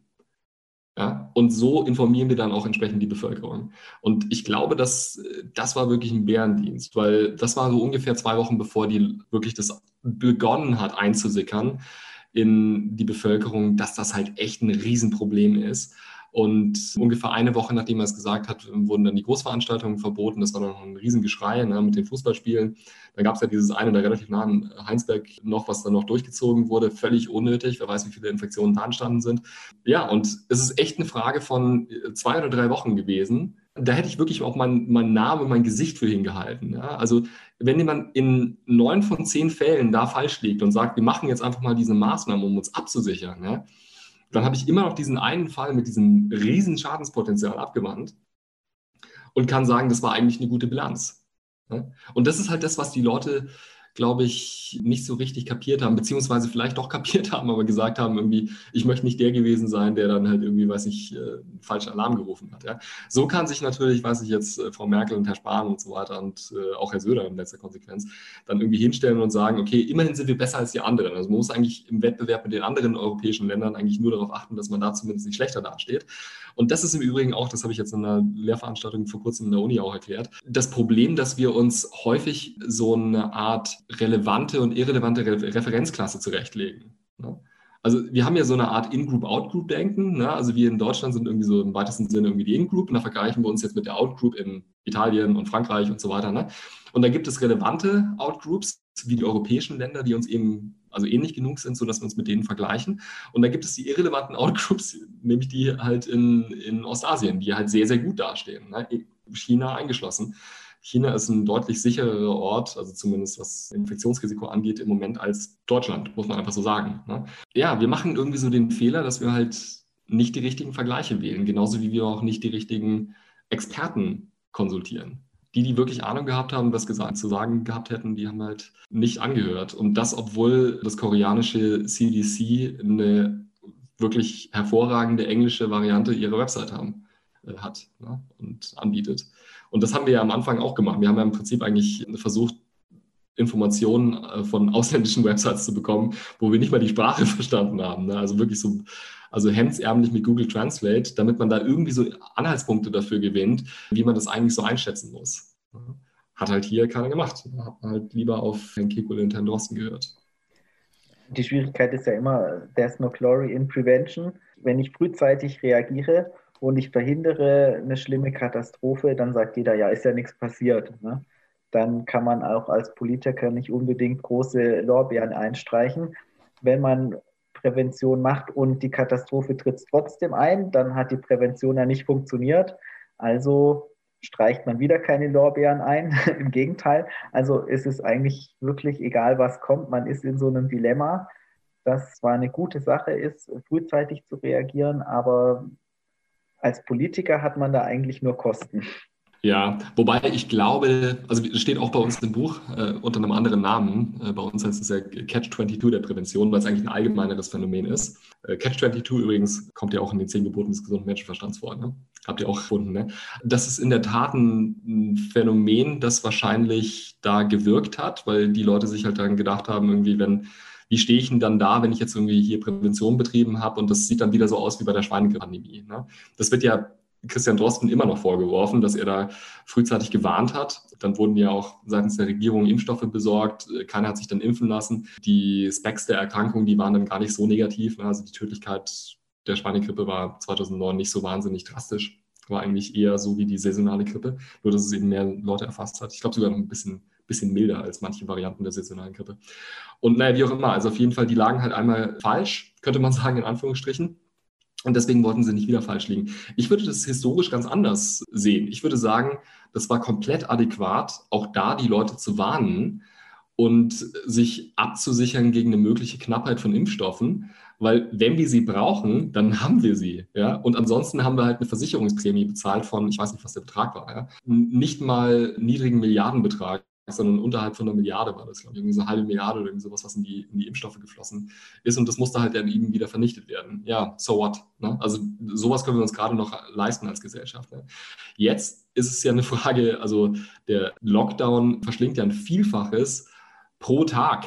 Ja? Und so informieren wir dann auch entsprechend die Bevölkerung. Und ich glaube, dass, das war wirklich ein Bärendienst, weil das war so ungefähr zwei Wochen, bevor die wirklich das begonnen hat einzusickern in die Bevölkerung, dass das halt echt ein Riesenproblem ist. Und ungefähr eine Woche, nachdem er es gesagt hat, wurden dann die Großveranstaltungen verboten. Das war dann noch ein Riesengeschrei, ne, mit den Fußballspielen. Dann gab es ja dieses eine, da relativ nah an Heinsberg noch, was dann noch durchgezogen wurde. Völlig unnötig. Wer weiß, wie viele Infektionen da entstanden sind. Ja, und es ist echt eine Frage von zwei oder drei Wochen gewesen. Da hätte ich wirklich auch meinen mein Namen und mein Gesicht für hingehalten. Ja? Also wenn jemand in neun von zehn Fällen da falsch liegt und sagt, wir machen jetzt einfach mal diese Maßnahmen, um uns abzusichern, ja, dann habe ich immer noch diesen einen Fall mit diesem riesen Schadenspotenzial abgewandt und kann sagen, das war eigentlich eine gute Bilanz. Und das ist halt das, was die Leute glaube ich, nicht so richtig kapiert haben, beziehungsweise vielleicht doch kapiert haben, aber gesagt haben, irgendwie, ich möchte nicht der gewesen sein, der dann halt irgendwie, weiß ich, einen falschen Alarm gerufen hat. Ja. So kann sich natürlich, weiß ich jetzt, Frau Merkel und Herr Spahn und so weiter und äh, auch Herr Söder in letzter Konsequenz, dann irgendwie hinstellen und sagen, okay, immerhin sind wir besser als die anderen. Also man muss eigentlich im Wettbewerb mit den anderen europäischen Ländern eigentlich nur darauf achten, dass man da zumindest nicht schlechter dasteht. Und das ist im Übrigen auch, das habe ich jetzt in einer Lehrveranstaltung vor kurzem in der Uni auch erklärt, das Problem, dass wir uns häufig so eine Art relevante und irrelevante Re- Referenzklasse zurechtlegen. Ne? Also wir haben ja so eine Art In-Group, Out-Group-Denken. Ne? Also wir in Deutschland sind irgendwie so im weitesten Sinne irgendwie die In-Group und da vergleichen wir uns jetzt mit der Out-Group in Italien und Frankreich und so weiter. Ne? Und da gibt es relevante Out-Groups, wie die europäischen Länder, die uns eben also ähnlich genug sind, sodass wir uns mit denen vergleichen. Und da gibt es die irrelevanten Outgroups, nämlich die halt in, in Ostasien, die halt sehr, sehr gut dastehen, ne? China eingeschlossen. China ist ein deutlich sicherer Ort, also zumindest was Infektionsrisiko angeht, im Moment als Deutschland, muss man einfach so sagen. Ne? Ja, wir machen irgendwie so den Fehler, dass wir halt nicht die richtigen Vergleiche wählen, genauso wie wir auch nicht die richtigen Experten konsultieren. Die, die wirklich Ahnung gehabt haben, was gesagt, zu sagen gehabt hätten, die haben halt nicht angehört. Und das, obwohl das koreanische C D C eine wirklich hervorragende englische Variante ihrer Website haben, äh, hat, ne, und anbietet. Und das haben wir ja am Anfang auch gemacht. Wir haben ja im Prinzip eigentlich versucht, Informationen äh, von ausländischen Websites zu bekommen, wo wir nicht mal die Sprache verstanden haben. Ne? Also wirklich so, also hemdsärmlich mit Google Translate, damit man da irgendwie so Anhaltspunkte dafür gewinnt, wie man das eigentlich so einschätzen muss. Hat halt hier keiner gemacht. Hat man halt lieber auf Herrn Kekulé und Herrn Drosten gehört. Die Schwierigkeit ist ja immer, there's no glory in prevention. Wenn ich frühzeitig reagiere und ich verhindere eine schlimme Katastrophe, dann sagt jeder, ja, ist ja nichts passiert. Ne? Dann kann man auch als Politiker nicht unbedingt große Lorbeeren einstreichen. Wenn man Prävention macht und die Katastrophe tritt trotzdem ein, dann hat die Prävention ja nicht funktioniert. Also streicht man wieder keine Lorbeeren ein. Im Gegenteil. Also ist es eigentlich wirklich egal, was kommt. Man ist in so einem Dilemma, das zwar eine gute Sache ist, frühzeitig zu reagieren, aber als Politiker hat man da eigentlich nur Kosten. Ja, wobei ich glaube, also es steht auch bei uns im Buch äh, unter einem anderen Namen. Äh, bei uns heißt es ja Catch zweiundzwanzig der Prävention, weil es eigentlich ein allgemeineres Phänomen ist. Äh, Catch zweiundzwanzig übrigens kommt ja auch in den zehn Geboten des gesunden Menschenverstands vor. Ne? Habt ihr auch gefunden. Ne? Das ist in der Tat ein Phänomen, das wahrscheinlich da gewirkt hat, weil die Leute sich halt dann gedacht haben, irgendwie, wenn wie stehe ich denn dann da, wenn ich jetzt irgendwie hier Prävention betrieben habe und das sieht dann wieder so aus wie bei der Schweinegrippe-Pandemie. Ne? Das wird ja Christian Drosten immer noch vorgeworfen, dass er da frühzeitig gewarnt hat. Dann wurden ja auch seitens der Regierung Impfstoffe besorgt. Keiner hat sich dann impfen lassen. Die Specs der Erkrankung, die waren dann gar nicht so negativ. Also die Tödlichkeit der Schweinegrippe war zweitausendneun nicht so wahnsinnig drastisch. War eigentlich eher so wie die saisonale Grippe, nur dass es eben mehr Leute erfasst hat. Ich glaube sogar noch ein bisschen, bisschen milder als manche Varianten der saisonalen Grippe. Und naja, wie auch immer, also auf jeden Fall, die lagen halt einmal falsch, könnte man sagen, in Anführungsstrichen. Und deswegen wollten sie nicht wieder falsch liegen. Ich würde das historisch ganz anders sehen. Ich würde sagen, das war komplett adäquat, auch da die Leute zu warnen und sich abzusichern gegen eine mögliche Knappheit von Impfstoffen. Weil wenn wir sie brauchen, dann haben wir sie. Ja? Und ansonsten haben wir halt eine Versicherungsprämie bezahlt von, ich weiß nicht, was der Betrag war, ja? Nicht mal niedrigen Milliardenbetrag, sondern unterhalb von einer Milliarde war das, glaube ich, irgendwie so eine halbe Milliarde oder irgendwie sowas, was in die, in die Impfstoffe geflossen ist und das musste halt dann eben wieder vernichtet werden. Ja, so what? Ne? Also sowas können wir uns gerade noch leisten als Gesellschaft. Ne? Jetzt ist es ja eine Frage, also der Lockdown verschlingt ja ein Vielfaches pro Tag,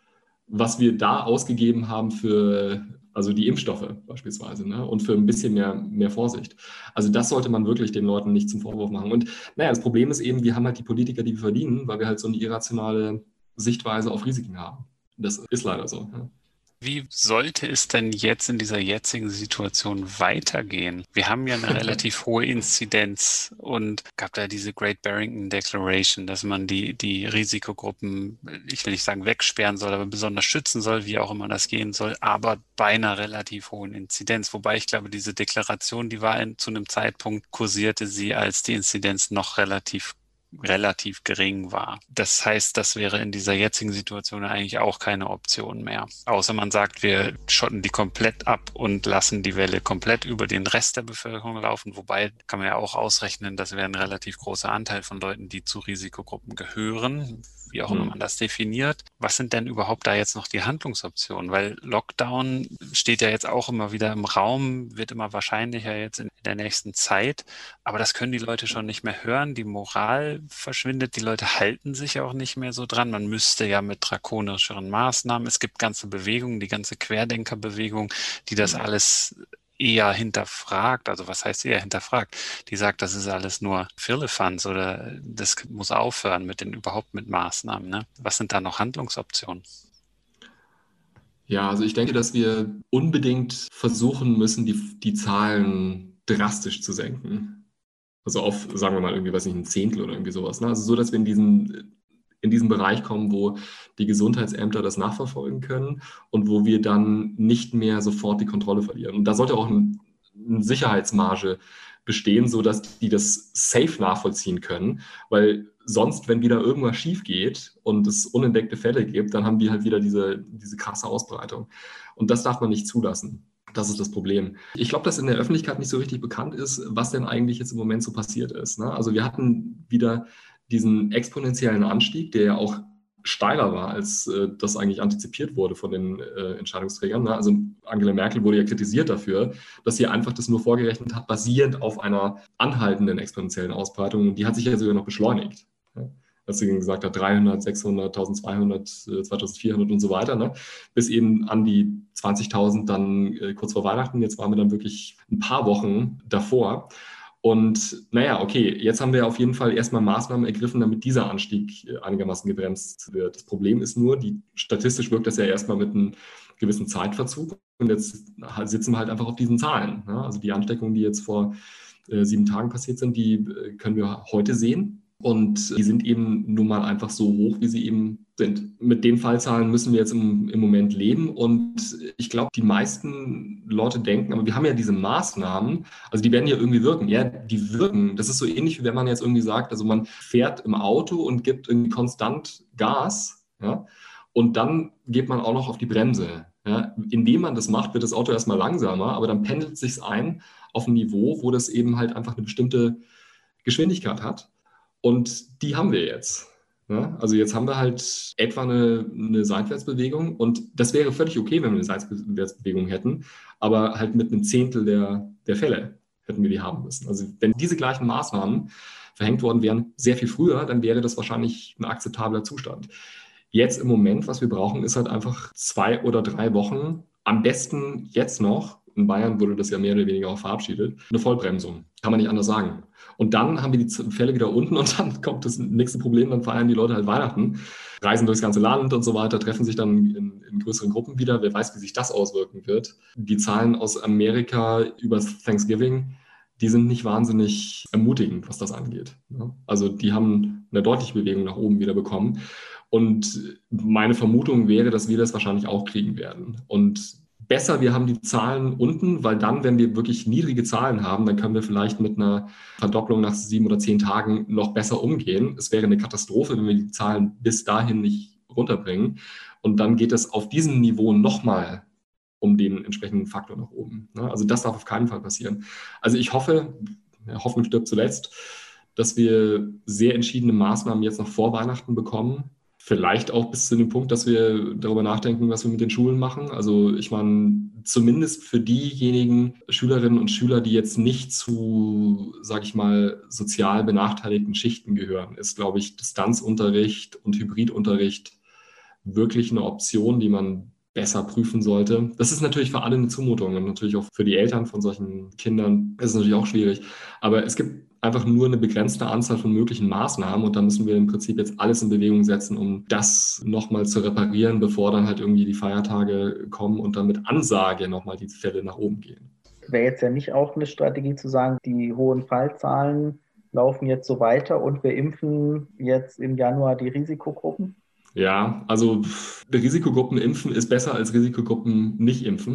was wir da ausgegeben haben für also die Impfstoffe beispielsweise, ne? Und für ein bisschen mehr, mehr Vorsicht. Also das sollte man wirklich den Leuten nicht zum Vorwurf machen. Und naja, das Problem ist eben, wir haben halt die Politiker, die wir verdienen, weil wir halt so eine irrationale Sichtweise auf Risiken haben. Das ist leider so. Ja. Wie sollte es denn jetzt in dieser jetzigen Situation weitergehen? Wir haben ja eine relativ hohe Inzidenz und gab da diese Great Barrington Declaration, dass man die, die Risikogruppen, ich will nicht sagen wegsperren soll, aber besonders schützen soll, wie auch immer das gehen soll, aber bei einer relativ hohen Inzidenz. Wobei ich glaube, diese Deklaration, die war in, zu einem Zeitpunkt, kursierte sie, als die Inzidenz noch relativ relativ gering war. Das heißt, das wäre in dieser jetzigen Situation eigentlich auch keine Option mehr. Außer man sagt, wir schotten die komplett ab und lassen die Welle komplett über den Rest der Bevölkerung laufen. Wobei kann man ja auch ausrechnen, das wäre ein relativ großer Anteil von Leuten, die zu Risikogruppen gehören, wie auch immer man das definiert. Was sind denn überhaupt da jetzt noch die Handlungsoptionen? Weil Lockdown steht ja jetzt auch immer wieder im Raum, wird immer wahrscheinlicher jetzt in der nächsten Zeit. Aber das können die Leute schon nicht mehr hören. Die Moral verschwindet. Die Leute halten sich auch nicht mehr so dran. Man müsste ja mit drakonischeren Maßnahmen. Es gibt ganze Bewegungen, die ganze Querdenkerbewegung, die das alles eher hinterfragt, also was heißt eher hinterfragt, die sagt, das ist alles nur Firlefanz oder das muss aufhören mit den überhaupt mit Maßnahmen. Ne? Was sind da noch Handlungsoptionen? Ja, also ich denke, dass wir unbedingt versuchen müssen, die, die Zahlen drastisch zu senken. Also auf, sagen wir mal, irgendwie, weiß nicht, ein Zehntel oder irgendwie sowas. Ne? Also so, dass wir in diesen in diesen Bereich kommen, wo die Gesundheitsämter das nachverfolgen können und wo wir dann nicht mehr sofort die Kontrolle verlieren. Und da sollte auch ein, eine Sicherheitsmarge bestehen, sodass die das safe nachvollziehen können, weil sonst, wenn wieder irgendwas schief geht und es unentdeckte Fälle gibt, dann haben wir halt wieder diese, diese krasse Ausbreitung. Und das darf man nicht zulassen. Das ist das Problem. Ich glaube, dass in der Öffentlichkeit nicht so richtig bekannt ist, was denn eigentlich jetzt im Moment so passiert ist. Ne? Also wir hatten wieder diesen exponentiellen Anstieg, der ja auch steiler war, als äh, das eigentlich antizipiert wurde von den äh, Entscheidungsträgern. Ne? Also Angela Merkel wurde ja kritisiert dafür, dass sie einfach das nur vorgerechnet hat, basierend auf einer anhaltenden exponentiellen Ausbreitung. Und die hat sich ja sogar noch beschleunigt. Ne? Dass sie gesagt hat, dreihundert, sechshundert, eintausendzweihundert, zweitausendvierhundert und so weiter, ne? Bis eben an die zwanzigtausend dann äh, kurz vor Weihnachten. Jetzt waren wir dann wirklich ein paar Wochen davor. Und naja, okay, jetzt haben wir auf jeden Fall erstmal Maßnahmen ergriffen, damit dieser Anstieg einigermaßen gebremst wird. Das Problem ist nur, die, statistisch wirkt das ja erstmal mit einem gewissen Zeitverzug. Und jetzt sitzen wir halt einfach auf diesen Zahlen. Ne? Also die Ansteckungen, die jetzt vor äh, sieben Tagen passiert sind, die äh, können wir heute sehen. Und die sind eben nun mal einfach so hoch, wie sie eben sind. Mit den Fallzahlen müssen wir jetzt im, im Moment leben. Und ich glaube, die meisten Leute denken, aber wir haben ja diese Maßnahmen, also die werden ja irgendwie wirken. Ja, die wirken. Das ist so ähnlich, wie wenn man jetzt irgendwie sagt, also man fährt im Auto und gibt irgendwie konstant Gas, ja, und dann geht man auch noch auf die Bremse. Ja. Indem man das macht, wird das Auto erstmal langsamer, aber dann pendelt es sich ein auf ein Niveau, wo das eben halt einfach eine bestimmte Geschwindigkeit hat. Und die haben wir jetzt. Ja? Also jetzt haben wir halt etwa eine, eine Seitwärtsbewegung und das wäre völlig okay, wenn wir eine Seitwärtsbewegung hätten, aber halt mit einem Zehntel der, der Fälle hätten wir die haben müssen. Also wenn diese gleichen Maßnahmen verhängt worden wären, sehr viel früher, dann wäre das wahrscheinlich ein akzeptabler Zustand. Jetzt im Moment, was wir brauchen, ist halt einfach zwei oder drei Wochen, am besten jetzt noch, in Bayern wurde das ja mehr oder weniger auch verabschiedet, eine Vollbremsung. Kann man nicht anders sagen. Und dann haben wir die Fälle wieder unten und dann kommt das nächste Problem, dann feiern die Leute halt Weihnachten, reisen durchs ganze Land und so weiter, treffen sich dann in, in größeren Gruppen wieder. Wer weiß, wie sich das auswirken wird. Die Zahlen aus Amerika über Thanksgiving, die sind nicht wahnsinnig ermutigend, was das angeht. Also die haben eine deutliche Bewegung nach oben wieder bekommen. Und meine Vermutung wäre, dass wir das wahrscheinlich auch kriegen werden. Und besser, wir haben die Zahlen unten, weil dann, wenn wir wirklich niedrige Zahlen haben, dann können wir vielleicht mit einer Verdopplung nach sieben oder zehn Tagen noch besser umgehen. Es wäre eine Katastrophe, wenn wir die Zahlen bis dahin nicht runterbringen. Und dann geht es auf diesem Niveau nochmal um den entsprechenden Faktor nach oben. Also das darf auf keinen Fall passieren. Also ich hoffe, Hoffnung stirbt zuletzt, dass wir sehr entschiedene Maßnahmen jetzt noch vor Weihnachten bekommen. Vielleicht auch bis zu dem Punkt, dass wir darüber nachdenken, was wir mit den Schulen machen. Also ich meine, zumindest für diejenigen Schülerinnen und Schüler, die jetzt nicht zu, sage ich mal, sozial benachteiligten Schichten gehören, ist, glaube ich, Distanzunterricht und Hybridunterricht wirklich eine Option, die man besser prüfen sollte. Das ist natürlich für alle eine Zumutung und natürlich auch für die Eltern von solchen Kindern ist es natürlich auch schwierig. Aber es gibt einfach nur eine begrenzte Anzahl von möglichen Maßnahmen und da müssen wir im Prinzip jetzt alles in Bewegung setzen, um das nochmal zu reparieren, bevor dann halt irgendwie die Feiertage kommen und dann mit Ansage nochmal die Fälle nach oben gehen. Wäre jetzt ja nicht auch eine Strategie zu sagen, die hohen Fallzahlen laufen jetzt so weiter und wir impfen jetzt im Januar die Risikogruppen? Ja, also Risikogruppen impfen ist besser als Risikogruppen nicht impfen.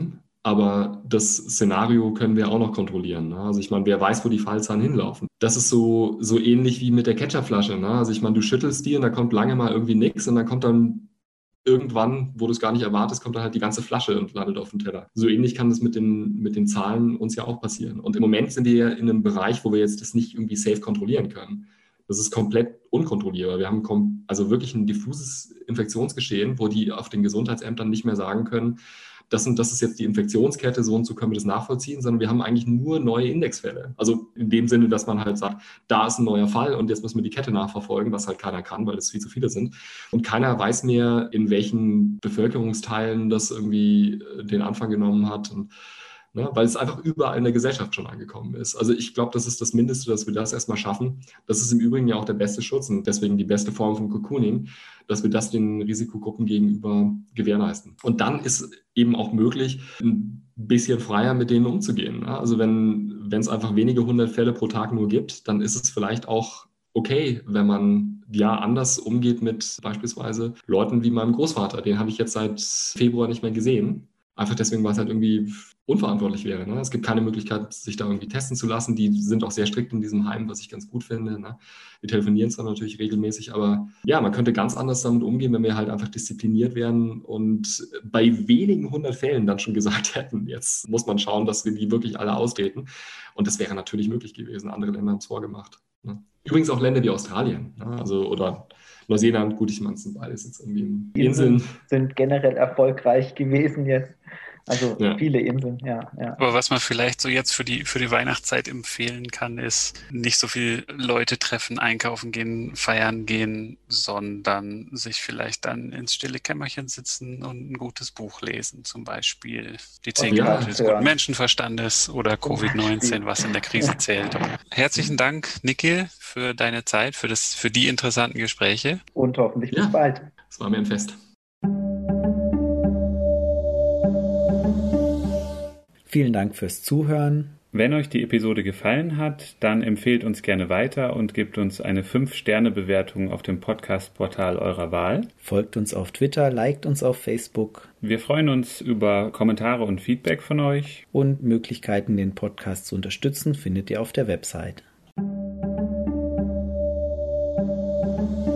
aber das Szenario können wir auch noch kontrollieren. Ne? Also ich meine, wer weiß, wo die Fallzahlen hinlaufen. Das ist so, so ähnlich wie mit der Ketchupflasche. Ne? Also ich meine, du schüttelst die und da kommt lange mal irgendwie nichts und dann kommt dann irgendwann, wo du es gar nicht erwartest, kommt dann halt die ganze Flasche und landet auf dem Teller. So ähnlich kann das mit den, mit den Zahlen uns ja auch passieren. Und im Moment sind wir ja in einem Bereich, wo wir jetzt das nicht irgendwie safe kontrollieren können. Das ist komplett unkontrollierbar. Wir haben also wirklich ein diffuses Infektionsgeschehen, wo die auf den Gesundheitsämtern nicht mehr sagen können, das und das ist jetzt die Infektionskette, so und so können wir das nachvollziehen, sondern wir haben eigentlich nur neue Indexfälle. Also in dem Sinne, dass man halt sagt, da ist ein neuer Fall und jetzt müssen wir die Kette nachverfolgen, was halt keiner kann, weil es viel zu viele sind. Und keiner weiß mehr, in welchen Bevölkerungsteilen das irgendwie den Anfang genommen hat. Und Ne, weil es einfach überall in der Gesellschaft schon angekommen ist. Also ich glaube, das ist das Mindeste, dass wir das erstmal schaffen. Das ist im Übrigen ja auch der beste Schutz und deswegen die beste Form von Cocooning, dass wir das den Risikogruppen gegenüber gewährleisten. Und dann ist eben auch möglich, ein bisschen freier mit denen umzugehen. Ne? Also wenn wenn es einfach wenige hundert Fälle pro Tag nur gibt, dann ist es vielleicht auch okay, wenn man ja anders umgeht mit beispielsweise Leuten wie meinem Großvater. Den habe ich jetzt seit Februar nicht mehr gesehen. Einfach deswegen, weil es halt irgendwie unverantwortlich wäre. Ne? Es gibt keine Möglichkeit, sich da irgendwie testen zu lassen. Die sind auch sehr strikt in diesem Heim, was ich ganz gut finde. Ne? Wir telefonieren zwar natürlich regelmäßig, aber ja, man könnte ganz anders damit umgehen, wenn wir halt einfach diszipliniert wären und bei wenigen hundert Fällen dann schon gesagt hätten, jetzt muss man schauen, dass wir die wirklich alle austreten. Und das wäre natürlich möglich gewesen. Andere Länder haben es vorgemacht. Ne? Übrigens auch Länder wie Australien, ne? Also oder Neuseeland, gut, ich meine, es sind beides jetzt irgendwie Inseln. Inseln sind generell erfolgreich gewesen jetzt. Also ja. viele Inseln, ja, ja. Aber was man vielleicht so jetzt für die für die Weihnachtszeit empfehlen kann, ist nicht so viel Leute treffen, einkaufen gehen, feiern gehen, sondern sich vielleicht dann ins stille Kämmerchen sitzen und ein gutes Buch lesen, zum Beispiel Die zehn ja, Gebote des guten Menschenverstandes oder Covid neunzehn, was in der Krise zählt. Herzlichen Dank, Nikhil, für deine Zeit, für das für die interessanten Gespräche. Und hoffentlich bis ja, bald. Es war mir ein Fest. Vielen Dank fürs Zuhören. Wenn euch die Episode gefallen hat, dann empfehlt uns gerne weiter und gebt uns eine fünf Sterne Bewertung auf dem Podcast-Portal eurer Wahl. Folgt uns auf Twitter, liked uns auf Facebook. Wir freuen uns über Kommentare und Feedback von euch. Und Möglichkeiten, den Podcast zu unterstützen, findet ihr auf der Website.